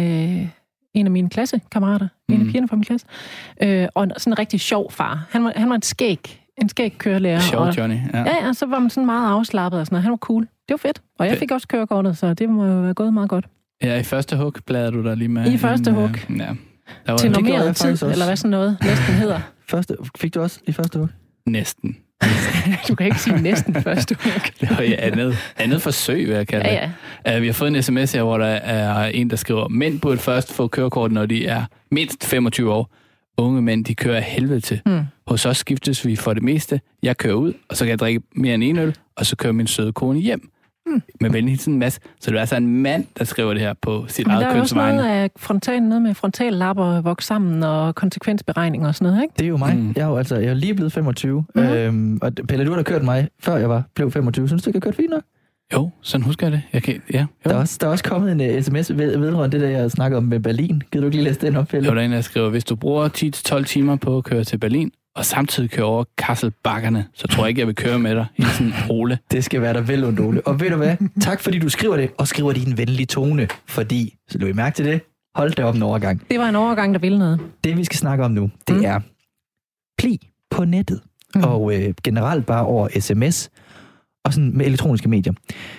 en af mine klassekammerater, mm. en af pigerne fra min klasse, og sådan en rigtig sjov far. Han var, han var en skæg, en skæg kørelærer. Sjov og, Johnny, ja. Ja, ja, så var man sådan meget afslappet og sådan noget. Han var cool. Det var fedt. Og jeg fik også kørekortet, så det må jo være gået meget godt. Ja, i første hug bladrede du der lige med. I første hug. Ja. Der var til normeret tid, eller hvad sådan noget næsten hedder. Første, fik du også i første hug? Næsten. Du kan ikke sige næsten første hug. Det var ja, andet, andet forsøg, vil jeg kalde det. Ja, ja. Uh, vi har fået en sms her, hvor der er en, der skriver, mænd burde først få kørekort, når de er mindst femogtyve år. Unge mænd, de kører helvede til. Mm. Hos os skiftes vi for det meste. Jeg kører ud, og så kan jeg drikke mere end en øl, og så kører min søde kone hjem. Mm. Med venlig sådan en masse. Så det er altså en mand, der skriver det her på sit men eget kønsvegne. Der er også noget af frontal, noget med frontallapper, vokse sammen og konsekvensberegninger og sådan noget, ikke? Det er jo mig. Mm. Jeg er jo altså, jeg er lige blevet femogtyve. Mm. Øhm, og Pelle, du har da kørt mig, før jeg var blev femogtyve. Synes du ikke, jeg har kørt fint nok? Jo, sådan husker jeg det. Jeg kan, ja, der, er også, der er også kommet en uh, sms ved, vedrørende det, der jeg snakker om med Berlin. Gider du ikke lige læse den op, Pelle? Jo, der er en, der skriver, hvis du bruger ti til tolv timer på at køre til Berlin, og samtidig kører over Kasselbakkerne, så tror jeg ikke, jeg vil køre med dig i sådan en Ole. Det skal være der vel und Ole. Og ved du hvad? Tak fordi du skriver det, og skriver det i en venlig tone. Fordi, så du I mærke til det, hold det op en overgang. Det var en overgang, der ville noget. Det vi skal snakke om nu, det mm. er pli på nettet. Mm. Og øh, generelt bare over sms og sådan med elektroniske medier.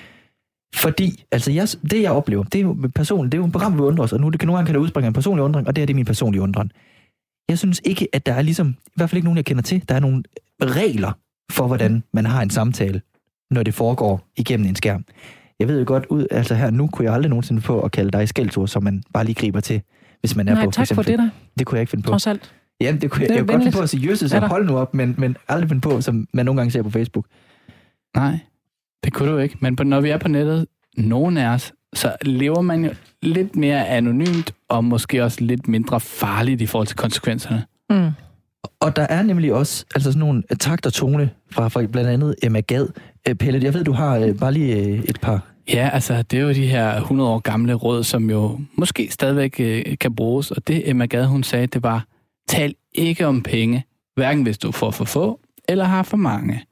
Fordi, altså jeg, det jeg oplever, det er jo personligt, det er jo et program, vi undrer os, og nu det kan nogle gange kan der udspringe en personlig undring, og det er det min personlige undren. Jeg synes ikke, at der er ligesom, i hvert fald ikke nogen, jeg kender til, der er nogle regler for, hvordan man har en samtale, når det foregår igennem en skærm. Jeg ved jo godt, ud, altså her nu kunne jeg aldrig nogensinde få at kalde dig skældsord, som man bare lige griber til, hvis man er Nej, på. Nej, tak for, for det der. Det kunne jeg ikke finde på. Trods alt. Jamen, det kunne det jeg, jeg kunne godt finde på at sige, jøsses, så hold nu op, men, men aldrig finde på, som man nogle gange ser på Facebook. Nej, det kunne du ikke. Men på, når vi er på nettet, nogen af os, så lever man jo lidt mere anonymt, og måske også lidt mindre farligt i forhold til konsekvenserne. Mm. Og der er nemlig også altså sådan nogle takt og tone fra, fra blandt andet Emma Gad. Pelle, jeg ved, du har bare lige et par... Ja, altså det er jo de her hundrede år gamle råd, som jo måske stadigvæk kan bruges. Og det Emma Gad, hun sagde, det var, tal ikke om penge, hverken hvis du får for få, eller har for mange.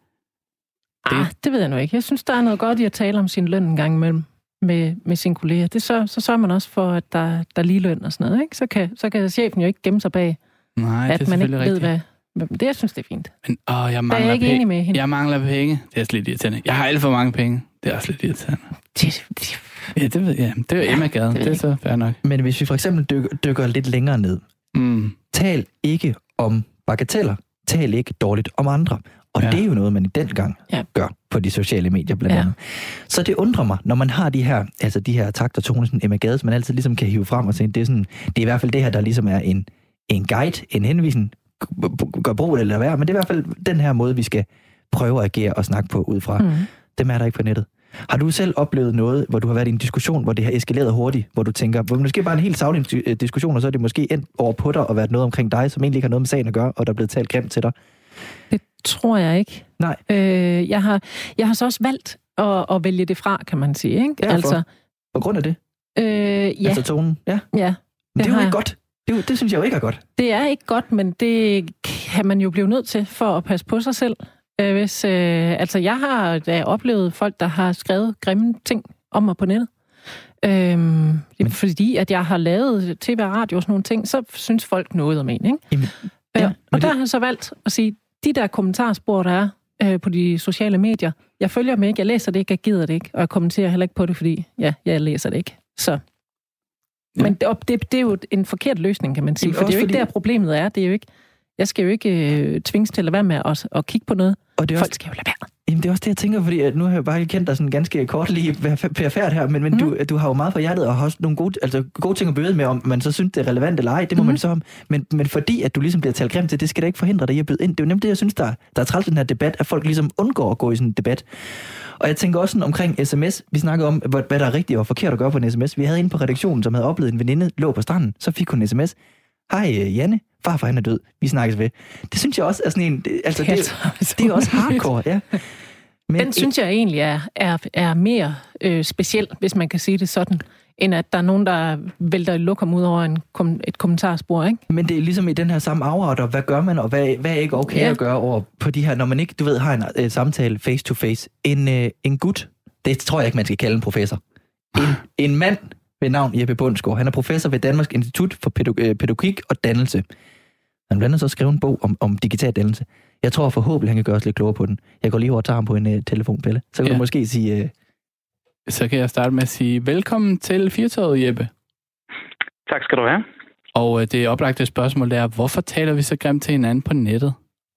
Ah, det, det ved jeg nu ikke. Jeg synes, der er noget godt i at tale om sin løn en gang imellem med, med sine kolleger. Det så, så sørger man også for, at der, der er lige løn og sådan noget, ikke? Så kan, så kan chefen jo ikke gemme sig bag, Nej, at det er man ikke rigtigt. ved, hvad... Det, jeg synes, det er fint. Men, åh, jeg mangler der er jeg ikke penge. enig med hende. Jeg mangler penge. Det er også lidt irriterende. Jeg har alt for mange penge. Det er også lidt irriterende. Det, det, ja, det ved jeg. Det er jo Emma Gade. Det, det er så fair nok. Men hvis vi for eksempel dykker, dykker lidt længere ned, mm. tal ikke om bagateller. Tal ikke dårligt om andre. Og ja. Det er jo noget, man i den gang ja. gør på de sociale medier blandt andet. Ja. Så det undrer mig, når man har de her, altså de her takter, toner, sådan Emma Gade, som man altid ligesom kan hive frem og sige, det er, sådan, det er i hvert fald det her, der ligesom er en, en guide, en henvisning, gør brug eller lade være, men det er i hvert fald den her måde, vi skal prøve at agere og snakke på ud fra. Mm. Dem er der ikke på nettet. Har du selv oplevet noget, hvor du har været i en diskussion, hvor det har eskaleret hurtigt, hvor du tænker, hvor måske bare en helt saglig diskussion, og så er det måske endt over på dig og været noget omkring dig, som egentlig ikke har noget med sagen at gøre, og der er blevet talt grimt til dig? Det tror jeg ikke. Nej. Øh, jeg, har, jeg har så også valgt at, at vælge det fra, kan man sige. Ikke? Ja, altså, på grund af det? Øh, ja. Altså tonen? Ja. Ja. Men det er jo ikke godt. Det, er jo, det synes jeg jo ikke er godt. Det er ikke godt, men det kan man jo blive nødt til for at passe på sig selv. Hvis, øh, altså, jeg har da oplevet folk, der har skrevet grimme ting om mig på nettet. Øhm, men, fordi at jeg har lavet tv og radio og sådan nogle ting, så synes folk noget om en, ikke? Jamen, ja, øh, og der det... har jeg så valgt at sige, de der kommentarspor, der er øh, på de sociale medier, jeg følger dem ikke, jeg læser det ikke, jeg gider det ikke, og jeg kommenterer heller ikke på det, fordi ja, jeg læser det ikke. Så. Ja. Men det, det, det er jo en forkert løsning, kan man sige, Jamen, for det er jo ikke fordi... der problemet er, det er jo ikke Jeg skal jo ikke øh, tvinges til at lade være med at, at kigge på noget. Og det er Folk også, skal jo lade være. Jamen, det er også det, jeg tænker, fordi at nu har jeg bare kendt dig sådan ganske kort lige perfekt her, men, men mm. du, du har jo meget på hjertet og har også nogle gode, altså, gode ting at byde med, om man så synes, det er relevant eller ej, det må mm. man så om. Men, men fordi at du ligesom bliver talt grimt til, det skal da ikke forhindre dig i at byde ind. Det er jo nemt det, jeg synes, der, der er træls den her debat, at folk ligesom undgår at gå i sådan en debat. Og jeg tænker også sådan omkring sms. Vi snakkede om, hvad, hvad der er rigtigt og forkert at gøre på en sms. Vi havde en på redaktionen, som havde oplevet en veninde lå på stranden, så fik hun en sms. Hej Janne, farfar han er død, vi snakkes ved. Det synes jeg også er sådan en, det, altså det, det, det er også hardcore, ja. Men den synes jeg egentlig er, er, er mere øh, speciel, hvis man kan sige det sådan, end at der er nogen, der vælter et lokum ud over en, kom, et kommentarspor, ikke? Men det er ligesom i den her samme afret, og hvad gør man, og hvad, hvad er ikke okay ja. at gøre over på de her, når man ikke, du ved, har en øh, samtale face to face. En, øh, en gut, det tror jeg ikke, man skal kalde en professor. En, en mand ved navn Jeppe Bundsgaard. Han er professor ved Danmarks Institut for Pædagogik og Dannelse. Han blandt andet så skrevet en bog om, om digital dannelse. Jeg tror forhåbentlig, han kan gøre os lidt klogere på den. Jeg går lige over og tager ham på en uh, telefonpille. Så kan ja. du måske sige... Uh... Så kan jeg starte med at sige, velkommen til Firtoget, Jeppe. Tak skal du have. Og uh, det oplagte spørgsmål er, hvorfor taler vi så grimt til hinanden på nettet?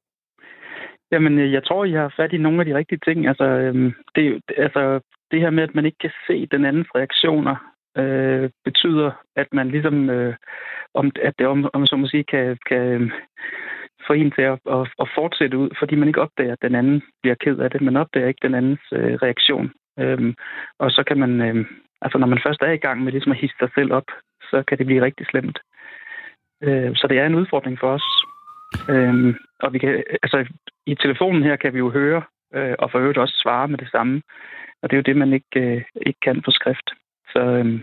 Jamen, jeg tror, I har fat i nogle af de rigtige ting. Altså, øhm, det, altså, det her med, at man ikke kan se den andens reaktioner, øh, betyder, at man ligesom... Øh, om, at det, om, om så må sige, kan... kan få en til at, at, at fortsætte ud, fordi man ikke opdager, at den anden bliver ked af det. Man opdager ikke den andens øh, reaktion. Øhm, og så kan man, øh, altså når man først er i gang med ligesom at hisse sig selv op, så kan det blive rigtig slemt. Øh, så det er en udfordring for os. Øh, og vi kan, altså i telefonen her kan vi jo høre, øh, og for øvrigt også svare med det samme. Og det er jo det, man ikke, øh, ikke kan på skrift. Så øh,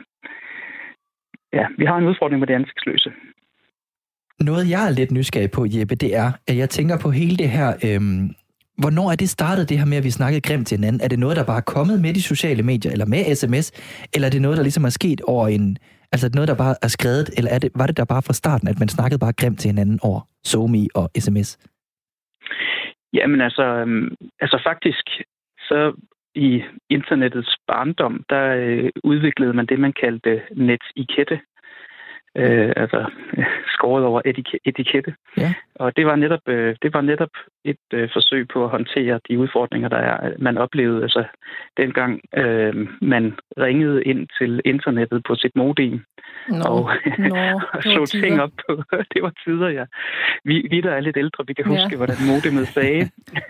ja, vi har en udfordring med det ansigtsløse. Noget, jeg er lidt nysgerrig på, Jeppe, det er, at jeg tænker på hele det her... Øhm, hvornår er det startet, det her med, at vi snakkede grimt til hinanden? Er det noget, der bare er kommet med de sociale medier, eller med sms? Eller er det noget, der ligesom er sket over en... Altså noget, der bare er skrevet? Eller er det, var det der bare fra starten, at man snakkede bare grimt til hinanden over SoMe og sms? Jamen altså... Øhm, altså faktisk, så i internettets barndom, der øh, udviklede man det, man kaldte netikette. Øh, altså skåret over etik- etikette. Ja. Og det var netop øh, det var netop et øh, forsøg på at håndtere de udfordringer, der er, man oplevede. Altså dengang øh, man ringede ind til internettet på sit modem no. og, no. og slog ting op på. Det var tider, ja. Vi, vi der er lidt ældre, vi kan huske, ja. hvordan modemet sagde.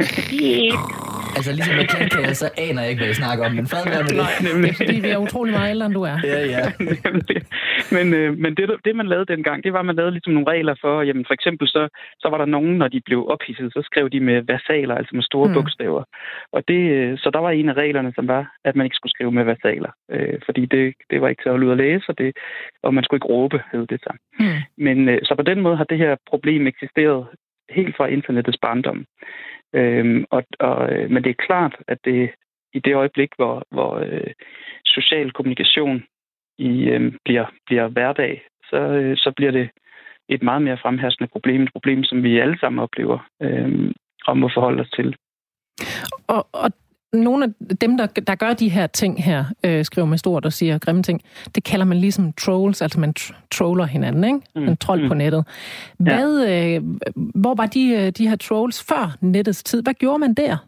Altså ligesom med kendkager, så aner jeg ikke, hvad jeg snakker om, men fred være med det. Nej, nemlig. Det er fordi, vi er utrolig meget ældre, end du er. Ja, ja. men øh, men det, det, man lavede dengang, det var, at man lavede ligesom nogle regler for, jamen for eksempel så, så var der nogen, når de blev ophidset, så skrev de med versaler, altså med store mm. bogstaver. Og det, så der var en af reglerne, som var, at man ikke skulle skrive med versaler, øh, fordi det, det var ikke til at holde ud at læse, og, det, og man skulle ikke råbe, hed det så. Mm. Men øh, så på den måde har det her problem eksisteret helt fra internettets barndom. Øhm, og, og, men det er klart, at det i det øjeblik, hvor, hvor øh, social kommunikation i, øh, bliver, bliver hverdag, så, øh, så bliver det et meget mere fremherskende problem, et problem, som vi alle sammen oplever øh, og må forholde os til. Og, og nogle af dem, der, der gør de her ting her, øh, skriver med stort og siger grimme ting, det kalder man ligesom trolls, altså man tr- troller hinanden, ikke? Man trold mm. på nettet. Hvad, øh, hvor var de, de her trolls før nettets tid? Hvad gjorde man der?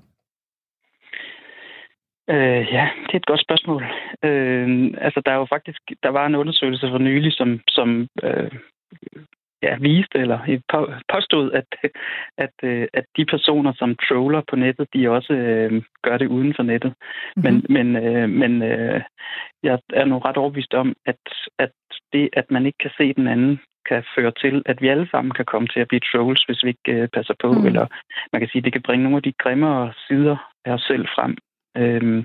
Øh, ja, det er et godt spørgsmål. Øh, altså, der er jo faktisk, der var en undersøgelse for nylig, som, som øh, ja, viste eller påstod, at, at, at de personer, som troller på nettet, de også øh, gør det uden for nettet. Mm-hmm. Men, men, øh, men øh, jeg er nu ret overbevist om, at, at det, at man ikke kan se den anden, kan føre til, at vi alle sammen kan komme til at blive trolls, hvis vi ikke øh, passer på. Mm. Eller man kan sige, at det kan bringe nogle af de grimmere sider af os selv frem. Øhm,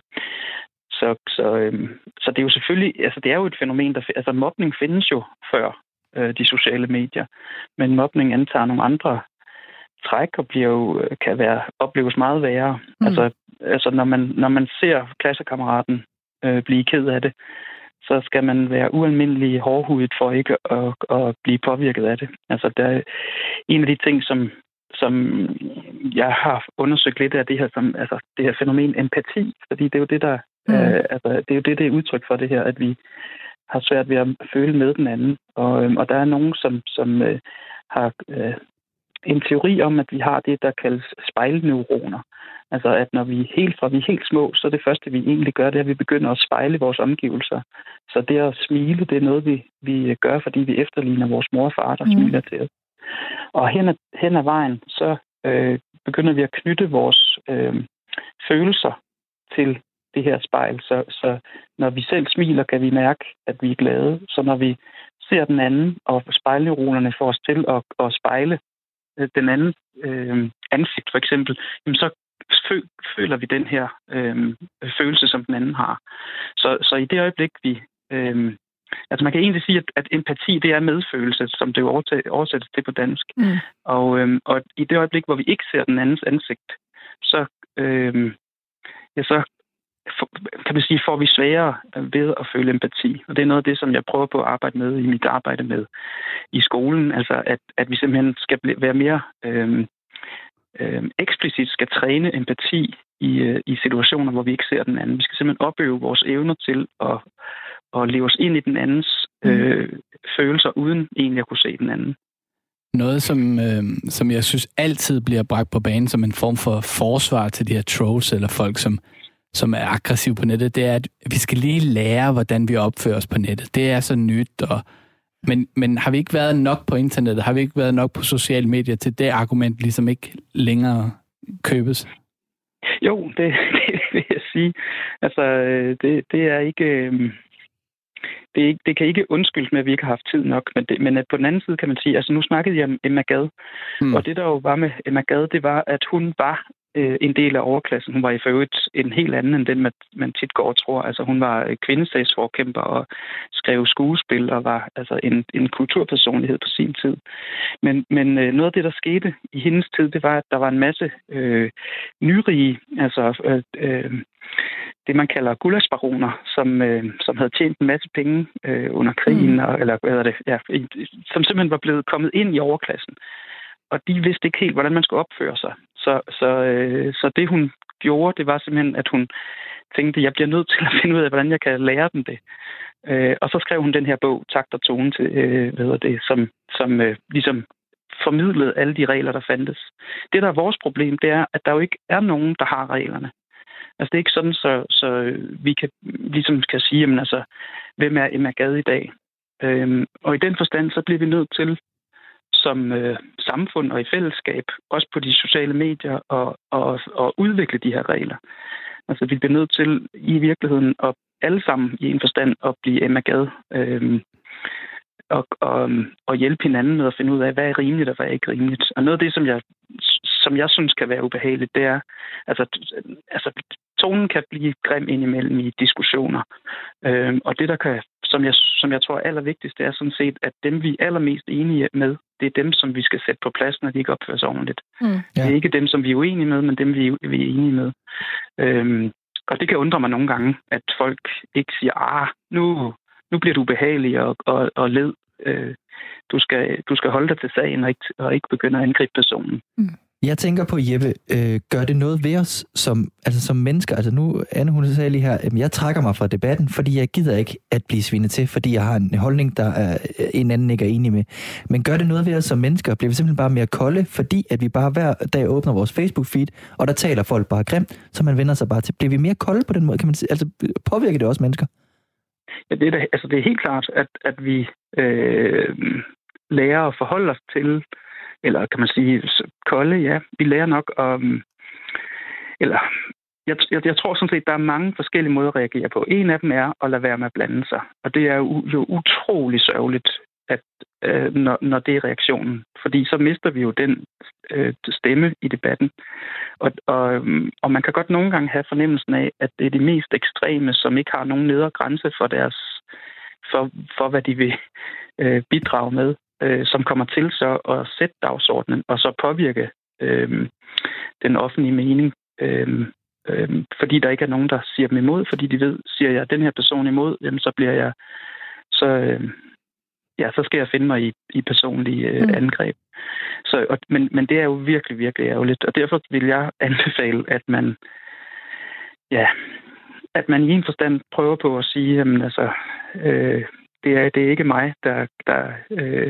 så, så, øhm, så det er jo selvfølgelig, altså det er jo et fænomen, der, altså mobning findes jo før øh, de sociale medier, men mobning antager nogle andre træk og bliver jo, kan være, opleves meget værre. Mm. Altså, altså når man, når man ser klassekammeraten øh, blive ked af det, så skal man være ualmindelig hårdhudet for ikke at, at blive påvirket af det. Altså der er en af de ting, som som jeg har undersøgt lidt af det her, som, altså det her fænomen empati, fordi det er jo det, der mm. øh, altså, det er jo det, det er udtryk for det her, at vi har svært ved at føle med den anden. Og, øh, og der er nogen, som, som øh, har øh, en teori om, at vi har det, der kaldes spejlneuroner. Altså at når vi er helt fra vi er helt små, så det første, vi egentlig gør, det er, at vi begynder at spejle vores omgivelser. Så det at smile, det er noget, vi, vi gør, fordi vi efterligner vores mor og far, der mm. smiler til os. Og hen ad, hen ad vejen, så øh, begynder vi at knytte vores øh, følelser til det her spejl. Så, så når vi selv smiler, kan vi mærke, at vi er glade. Så når vi ser den anden, og spejlneuronerne får os til at, at spejle øh, den anden øh, ansigt, for eksempel, jamen så føler vi den her øh, følelse, som den anden har. Så, så i det øjeblik, vi... Øh, Altså man kan egentlig sige, at, at empati, det er medfølelse, som det jo oversættes til på dansk. Mm. Og, øhm, og i det øjeblik, hvor vi ikke ser den andens ansigt, så, øhm, ja, så for, kan man sige, får vi sværere ved at føle empati. Og det er noget af det, som jeg prøver på at arbejde med i mit arbejde med i skolen. Altså at, at vi simpelthen skal være mere øhm, øhm, eksplicit skal træne empati i, øh, i situationer, hvor vi ikke ser den anden. Vi skal simpelthen opøve vores evner til at og leve os ind i den andens øh, mm. følelser, uden egentlig at kunne se den anden. Noget, som, øh, som jeg synes altid bliver bragt på banen som en form for forsvar til de her trolls, eller folk, som, som er aggressive på nettet, det er, at vi skal lige lære, hvordan vi opfører os på nettet. Det er så nyt, og, men, men har vi ikke været nok på internettet? Har vi ikke været nok på sociale medier til det argument ligesom ikke længere købes? Jo, det, det vil jeg sige. Altså, det, det er ikke... Øh... Det, er ikke, det kan ikke undskyldes med, at vi ikke har haft tid nok, men, det, men på den anden side kan man sige, altså nu snakkede jeg om Emma Gad, mm. og det der jo var med Emma Gad, det var, at hun var øh, en del af overklassen. Hun var i øvrigt en helt anden end den, man, man tit går og tror. Altså hun var kvindesagsforkæmper og skrev skuespil og var altså en, en kulturpersonlighed på sin tid. Men, men øh, noget af det, der skete i hendes tid, det var, at der var en masse øh, nyrige, altså... Øh, øh, det, man kalder gullaschbaroner, som, øh, som havde tjent en masse penge øh, under krigen, mm. og, eller hvad hedder det, ja, som simpelthen var blevet kommet ind i overklassen. Og de vidste ikke helt, hvordan man skulle opføre sig. Så, så, øh, så det, hun gjorde, det var simpelthen, at hun tænkte, jeg bliver nødt til at finde ud af, hvordan jeg kan lære dem det. Øh, og så skrev hun den her bog, Takt og Tone, til, øh, hvad hedder det, som, som øh, ligesom formidlede alle de regler, der fandtes. Det, der er vores problem, det er, at der jo ikke er nogen, der har reglerne. Altså det er ikke sådan, så, så vi kan ligesom kan sige, jamen, altså, hvem er Emma Gad i dag? Øhm, og i den forstand, så bliver vi nødt til som øh, samfund og i fællesskab, også på de sociale medier, og, og, og udvikle de her regler. Altså vi bliver nødt til i virkeligheden at alle sammen i en forstand at blive Emma Gad. Øhm, og, og, og hjælpe hinanden med at finde ud af, hvad er rimeligt og hvad er ikke rimeligt. Og noget af det, som jeg, som jeg synes kan være ubehageligt, det er, altså, altså tonen kan blive grim indimellem i diskussioner. Øhm, og det, der kan, som jeg, som jeg tror er allervigtigst, det er sådan set, at dem, vi er allermest enige med, det er dem, som vi skal sætte på plads, når de ikke opfører sig ordentligt. Mm. Ja. Det er ikke dem, som vi er uenige med, men dem, vi, vi er enige med. Øhm, og det kan undre mig nogle gange, at folk ikke siger, ah, nu... Nu bliver du ubehagelig og, og, og led. Øh, du, skal, du skal holde dig til sagen og ikke, og ikke begynde at angribe personen. Mm. Jeg tænker på, Jeppe, øh, gør det noget ved os som, altså som mennesker? Altså nu, Anne, hun sagde lige her, at jeg trækker mig fra debatten, fordi jeg gider ikke at blive svinet til, fordi jeg har en holdning, der er, en anden ikke er enig med. Men gør det noget ved os som mennesker? Bliver vi simpelthen bare mere kolde, fordi at vi bare hver dag åbner vores Facebook-feed, og der taler folk bare grimt, så man vender sig bare til. Bliver vi mere kolde på den måde? Kan man sige? Altså, påvirker det også mennesker? Ja, det er, da, altså, det er helt klart, at, at vi øh, lærer at forholde os til, eller kan man sige, kolde, ja, vi lærer nok om, eller jeg, jeg, jeg tror sådan set, der er mange forskellige måder at reagere på. En af dem er at lade være med at blande sig, og det er jo, jo utrolig sørgeligt, at, øh, når, når det er reaktionen. Fordi så mister vi jo den øh, stemme i debatten. Og, og, og man kan godt nogle gange have fornemmelsen af, at det er de mest ekstreme, som ikke har nogen nedre grænse for deres, for, for hvad de vil øh, bidrage med, øh, som kommer til så at sætte dagsordenen og så påvirke øh, den offentlige mening. Øh, øh, fordi der ikke er nogen, der siger dem imod, fordi de ved, siger jeg den her person imod, jamen så bliver jeg så... Øh, ja, så skal jeg finde mig i, i personlige øh, mm. angreb. Så, og, men, men det er jo virkelig, virkelig ærgerligt. Og derfor vil jeg anbefale, at man, ja, at man i en forstand prøver på at sige, jamen altså, øh, det, er, det er ikke mig, der, der øh,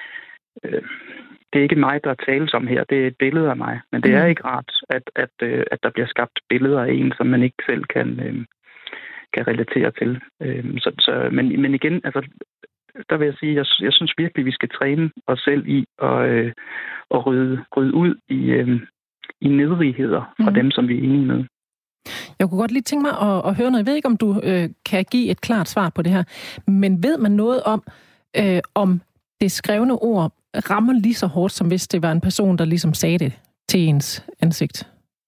øh, det er ikke mig, der tales om her. Det er et billede af mig. Men det mm. er ikke rart, at, at, øh, at der bliver skabt billeder af en, som man ikke selv kan, øh, kan relatere til. Øh, så, så, men, men igen, altså, der vil jeg sige, jeg, jeg synes virkelig, vi skal træne os selv i at, øh, at rydde, rydde ud i, øh, i nedrigheder fra mm. dem, som vi er enige med. Jeg kunne godt lige tænke mig at, at høre noget. Jeg ved ikke, om du øh, kan give et klart svar på det her, men ved man noget om, øh, om det skrevne ord rammer lige så hårdt, som hvis det var en person, der ligesom sagde det til ens ansigt?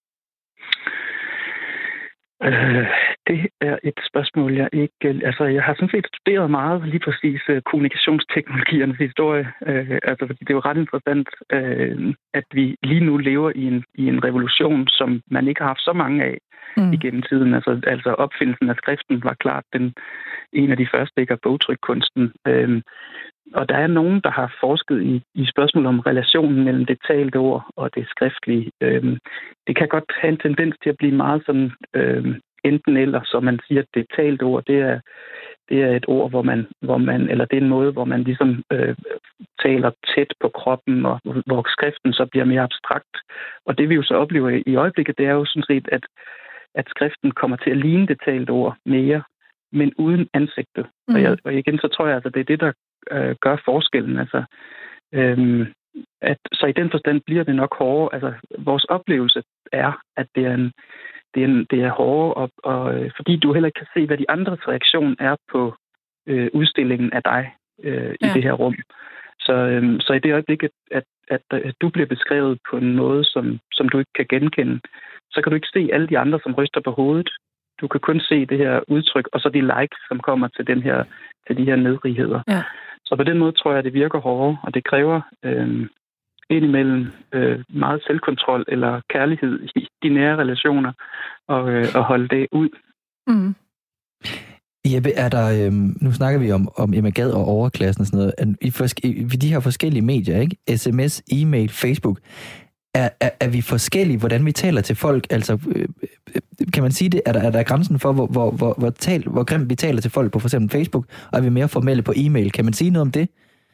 Øh, det er et spørgsmål, jeg ikke... Altså, jeg har sådan set studeret meget lige præcis uh, kommunikationsteknologiernes historie. Uh, altså, fordi det er jo ret interessant, uh, at vi lige nu lever i en, i en revolution, som man ikke har haft så mange af mm. igennem tiden. Altså, altså opfindelsen af skriften var klart den, en af de første, ikke, af bogtrykkunsten. Uh, og der er nogen, der har forsket i, i spørgsmål om relationen mellem det talte ord og det skriftlige. Uh, det kan godt have en tendens til at blive meget sådan... Uh, enten eller, så man siger, at det talte ord, det er, det er et ord, hvor man, hvor man, eller det er en måde, hvor man ligesom øh, taler tæt på kroppen, og hvor skriften så bliver mere abstrakt. Og det vi jo så oplever i øjeblikket, det er jo sådan set, at, at skriften kommer til at ligne det talte ord mere, men uden ansigtet. Mm. Og, jeg, og igen, så tror jeg, at det er det, der øh, gør forskellen. Altså, øh, at, så i den forstand bliver det nok hårdere. Altså, vores oplevelse er, at det er en Det er, det er hårdere, og, og, fordi du heller ikke kan se, hvad de andres reaktion er på øh, udstillingen af dig øh, ja. i det her rum. Så, øh, så i det øjeblik, at, at, at du bliver beskrevet på en måde, som, som du ikke kan genkende, så kan du ikke se alle de andre, som ryster på hovedet. Du kan kun se det her udtryk, og så de likes, som kommer til, den her, til de her nedrigheder. Ja. Så på den måde tror jeg, at det virker hårdere, og det kræver... Øh, indimellem øh, meget selvkontrol eller kærlighed i de nære relationer, og, øh, og holde det ud. Mm. Jeppe, er der, øhm, nu snakker vi om, om Emma Gad og overklassen og sådan noget. I, forske, i de her forskellige medier, ikke? sms, e-mail, Facebook, er, er, er vi forskellige, hvordan vi taler til folk? Altså, øh, kan man sige det? Er der, er der grænsen for, hvor, hvor, hvor, hvor, tal, hvor grimt vi taler til folk på for eksempel Facebook, og er vi mere formelle på e-mail? Kan man sige noget om det?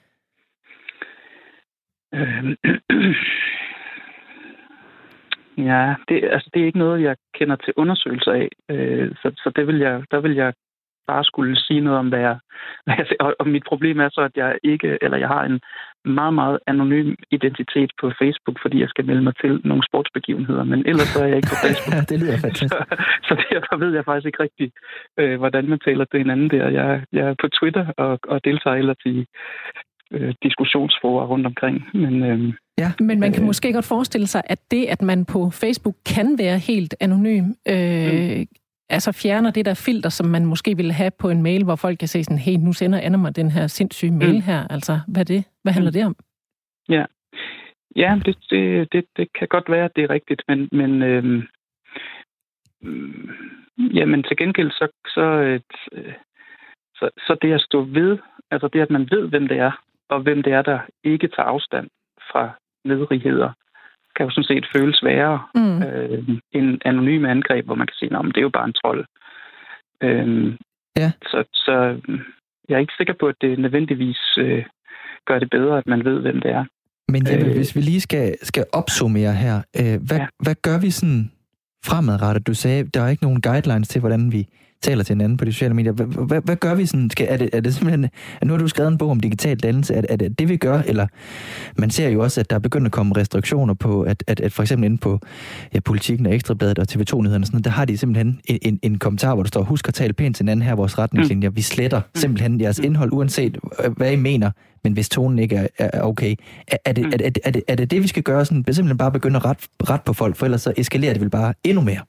Ja, det, altså, det er ikke noget, jeg kender til undersøgelser af, øh, så, så det vil jeg, der vil jeg bare skulle sige noget om, hvad jeg, hvad jeg og, og mit problem er så, at jeg ikke, eller jeg har en meget, meget anonym identitet på Facebook, fordi jeg skal melde mig til nogle sportsbegivenheder, men ellers så er jeg ikke på Facebook. Ja, det lyder fantastisk. Så, så derfor ved jeg faktisk ikke rigtigt, øh, hvordan man taler til hinanden der. Jeg, jeg er på Twitter og, og deltager ellers i diskussionsforer rundt omkring. Men, øhm, ja. Men man kan øh, måske godt forestille sig, at det, at man på Facebook kan være helt anonym, øh, mm. altså fjerner det der filter, som man måske ville have på en mail, hvor folk kan se sådan, hey, nu sender Anna mig den her sindssyge mail mm. her. Altså, hvad er det? Hvad handler mm. det om? Ja, ja det, det, det, det kan godt være, at det er rigtigt, men, men øhm, jamen til gengæld så, så, et, så, så det at stå ved, altså det, at man ved, hvem det er, og hvem det er, der ikke tager afstand fra nedrigheder, kan jo sådan set føles værre Mm. øh, end anonyme angreb, hvor man kan sige, at det er jo bare en trold. Øh, Ja. Så, så jeg er ikke sikker på, at det nødvendigvis øh, gør det bedre, at man ved, hvem det er. Men Jeppe, Øh. hvis vi lige skal, skal opsummere her, øh, hvad, Ja. hvad gør vi sådan fremadrettet? Du sagde, der er ikke nogen guidelines til, hvordan vi taler til hinanden på de sociale medier. Hvad, hvad, hvad gør vi sådan? Skal, er, det, er det simpelthen... Nu har du skrevet en bog om digital dannelse. Er, er det det, vi gør? Eller man ser jo også, at der er begyndt at komme restriktioner på, at, at, at for eksempel inde på ja, Politikken og Ekstrabladet og T V to-nyhederne, sådan, der har de simpelthen en, en, en kommentar, hvor der står, husk at tale pænt til hinanden her, vores retningslinjer. Mm. Vi sletter simpelthen jeres indhold, uanset hvad I mener, men hvis tonen ikke er, er okay. Er, er, det, er, er, er, det, er det det, vi skal gøre? Sådan, simpelthen bare begynde at rette ret på folk, for ellers så eskalerer det vel bare endnu mere?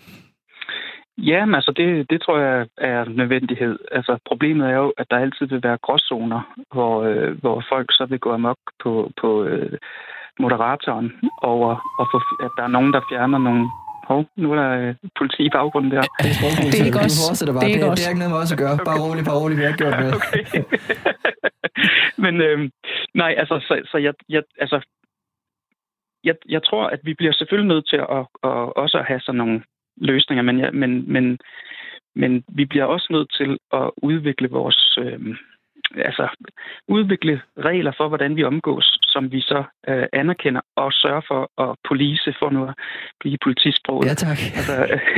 Ja, men altså det, det tror jeg er nødvendighed. Altså problemet er jo, at der altid vil være gråzoner, hvor, øh, hvor folk så vil gå amok på, på øh, moderatoren over, og få, at der er nogen, der fjerner nogle... Hov, nu er der øh, politi i baggrunden der. Det er, Det er ikke os. Det, bare. Det er Det, ikke det, os. det er ikke noget med os at gøre. Bare roligt, bare roligt, vi har ikke gjort noget. Okay. Men øh, nej, altså, så, så jeg, jeg, altså, jeg, jeg tror, at vi bliver selvfølgelig nødt til at, at også at have sådan nogle løsninger, men, ja, men, men, men vi bliver også nødt til at udvikle vores, øh, altså udvikle regler for, hvordan vi omgås, som vi så øh, anerkender og sørger for at police, for nu at blive politisproget. Ja, tak. Altså,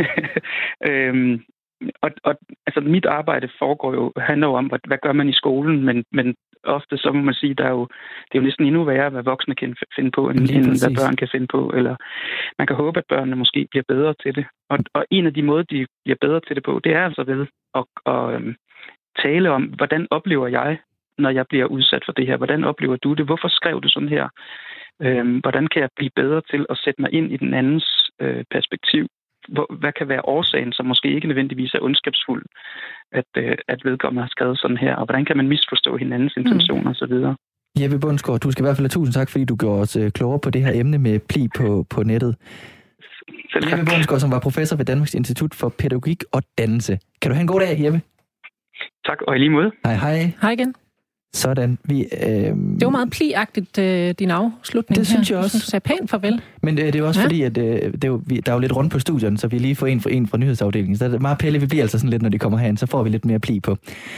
øh, og, og altså mit arbejde foregår jo, handler jo om, hvad, hvad gør man i skolen, men, men ofte så må man sige, der er jo, det er jo næsten endnu værre, hvad voksne kan finde på, end, end hvad børn kan finde på. Eller man kan håbe, at børnene måske bliver bedre til det. Og, og en af de måder, de bliver bedre til det på, det er altså ved at, at øhm, tale om, hvordan oplever jeg, når jeg bliver udsat for det her? Hvordan oplever du det? Hvorfor skrev du sådan her? Øhm, hvordan kan jeg blive bedre til at sætte mig ind i den andens øh, perspektiv? Hvor, hvad kan være årsagen, som måske ikke nødvendigvis er ondskabsfuld, at, øh, at vedkommende har skrevet sådan her, og hvordan kan man misforstå hinandens intentioner mm. osv.? Jeppe Bundsgaard, du skal i hvert fald have tusind tak, fordi du gjorde os øh, klogere på det her emne med pli på, på nettet. Selv tak. Jeppe Bundsgaard, som var professor ved Danmarks Institut for Pædagogik og Dannelse. Kan du have en god dag, Jeppe? Tak, og i lige måde. Hej, hej. Hej igen. Sådan. Vi, øh... Det var meget pliagtigt, øh, din afslutning. Det synes her. jeg også. Du sagde pænt farvel. Men det, det er jo også Ja. fordi, at øh, det er jo, vi, der er jo lidt rundt på studierne, så vi lige får en for en fra nyhedsafdelingen. Så det er meget pille, vi bliver altså sådan lidt, når de kommer herind, så får vi lidt mere pli på.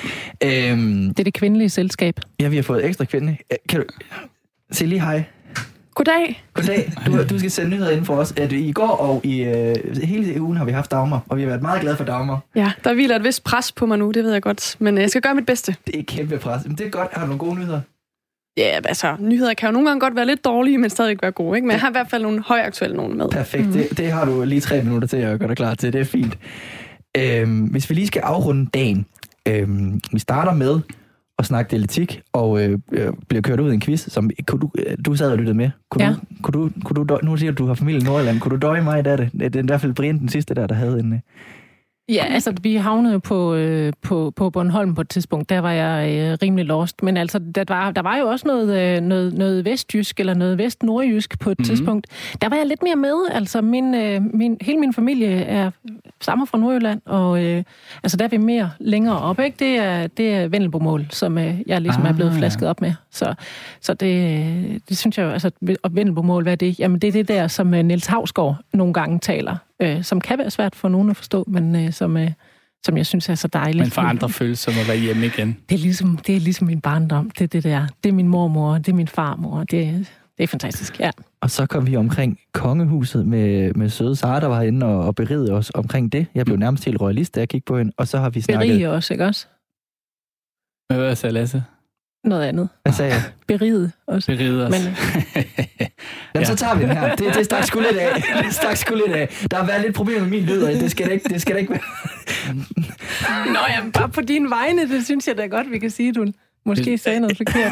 Øhm, Det er det kvindelige selskab. ja, vi har fået ekstra kvinde. Øh, Kan du sige lige hej? Goddag. Goddag. Du, du skal sende nyheder ind for os. At i går og i øh, hele ugen har vi haft Dagmar, og vi har været meget glade for Dagmar. Ja, der hviler et vist pres på mig nu, det ved jeg godt. Men jeg skal gøre mit bedste. Det er et kæmpe pres. Men det er godt. Har du nogle gode nyheder? Ja, altså, nyheder kan jo nogle gange godt være lidt dårlige, men stadig være gode, ikke? Men jeg har i hvert fald nogle højaktuelle nogen med. Perfekt. Mm. Det, det har du lige tre minutter til at gøre dig klar til. Det er fint. Øhm, hvis vi lige skal afrunde dagen. Øhm, vi starter med at snakke dialektik, og øh, øh, bliver kørt ud i en quiz, som kunne du, du sad og lyttede med. Kunne Ja. du, kunne du, kunne du, nu siger du, du har familie i Nordjylland. Kunne du døje mig der? Det det er i hvert fald Brian, den sidste der, der havde en... Øh, Ja, altså, vi havnede jo på, øh, på, på Bornholm på et tidspunkt. Der var jeg øh, rimelig lost. Men altså, der var, der var jo også noget, øh, noget, noget vestjysk eller noget vest-nordjysk på et mm-hmm. tidspunkt. Der var jeg lidt mere med. Altså, min, øh, min, hele min familie er stammer fra Nordjylland, og øh, altså, der er vi mere længere op, ikke? Det er, det er Vendelbomål, som øh, jeg ligesom ah, er blevet flasket ja. op med. Så, så det, det synes jeg jo, altså, og Vendelbomål, hvad er det? Jamen, det er det der, som Niels Hausgaard nogle gange taler. Øh, som kan være svært for nogen at forstå, men øh, som, øh, som jeg synes er så dejligt. Men for andre føles som at være hjemme igen. Det er ligesom, det er ligesom min barndom. Det er det der. Det er min mormor, det er min farmor. Det, det er fantastisk, ja. Og så kom vi omkring kongehuset med, med søde Sara, der var inde og, og berigede os omkring det. Jeg blev nærmest helt royalist, da jeg kiggede på hende. Og så har vi snakket... Berige også, ikke også? Hvad sagde Lasse? Noget andet. Hvad sagde jeg? Beride også. Beride os. Men, Jamen, så tager vi den her. Det, det stak sgu lidt af. Det stak sgu lidt af. Der har været lidt problemer med min lyd, og det skal da ikke, det skal da ikke være. Nå, jamen, bare på dine vegne, det synes jeg da godt, vi kan sige, du måske sagde noget forkert.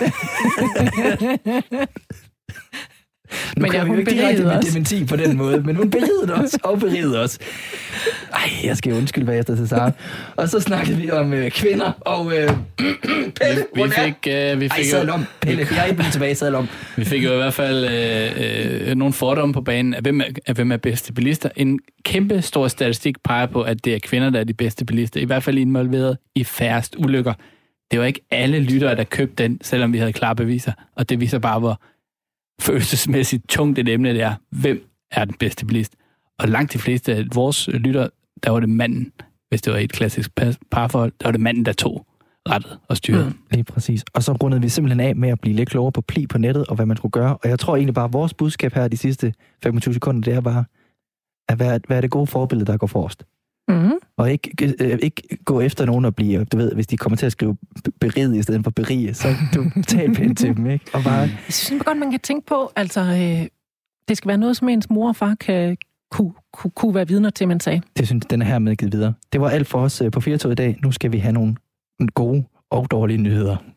Nu men jeg, vi jo hun ikke direkte med berigede os. dementi på den måde, men hun berigede os og berigede os. Ej, jeg skal jo undskylde, hvad jeg efter til Sara. Og så snakkede vi om øh, kvinder og... Øh, Pelle, Vi, vi fik... Øh, vi Ej, fik sadel jo, om. Pelle, jeg er ikke tilbage, sadel om. vi fik jo i hvert fald øh, øh, nogle fordomme på banen af hvem, er, af, hvem er bedste bilister. En kæmpe stor statistik peger på, at det er kvinder, der er de bedste bilister. I hvert fald involveret i færrest ulykker. Det var ikke alle lyttere, der købte den, selvom vi havde klare beviser. Og det viser bare, hvor følelsesmæssigt tungt et emne, det er, hvem er den bedste bilist? Og langt de fleste af vores lytter, der var det manden, hvis det var et klassisk parforhold, der var det manden, der tog rettet og styret. Mm. Lige præcis. Og så rundede vi simpelthen af med at blive lidt klogere på pli på nettet, og hvad man skulle gøre. Og jeg tror egentlig bare, at vores budskab her de sidste femogtyve sekunder, det er bare, at være, være det gode forbillede, der går forrest. Mm. Og ikke, øh, ikke gå efter nogen og blive, du ved, hvis de kommer til at skrive berige i stedet for berige, så du tal pænt til dem, ikke? Og bare... Jeg synes godt, man kan tænke på, altså, øh, det skal være noget, som ens mor og far kan kunne, kunne, kunne være vidner til, man sagde. Det synes jeg, den er her medgivet videre. Det var alt for os på Firtoget i dag. Nu skal vi have nogle gode og dårlige nyheder.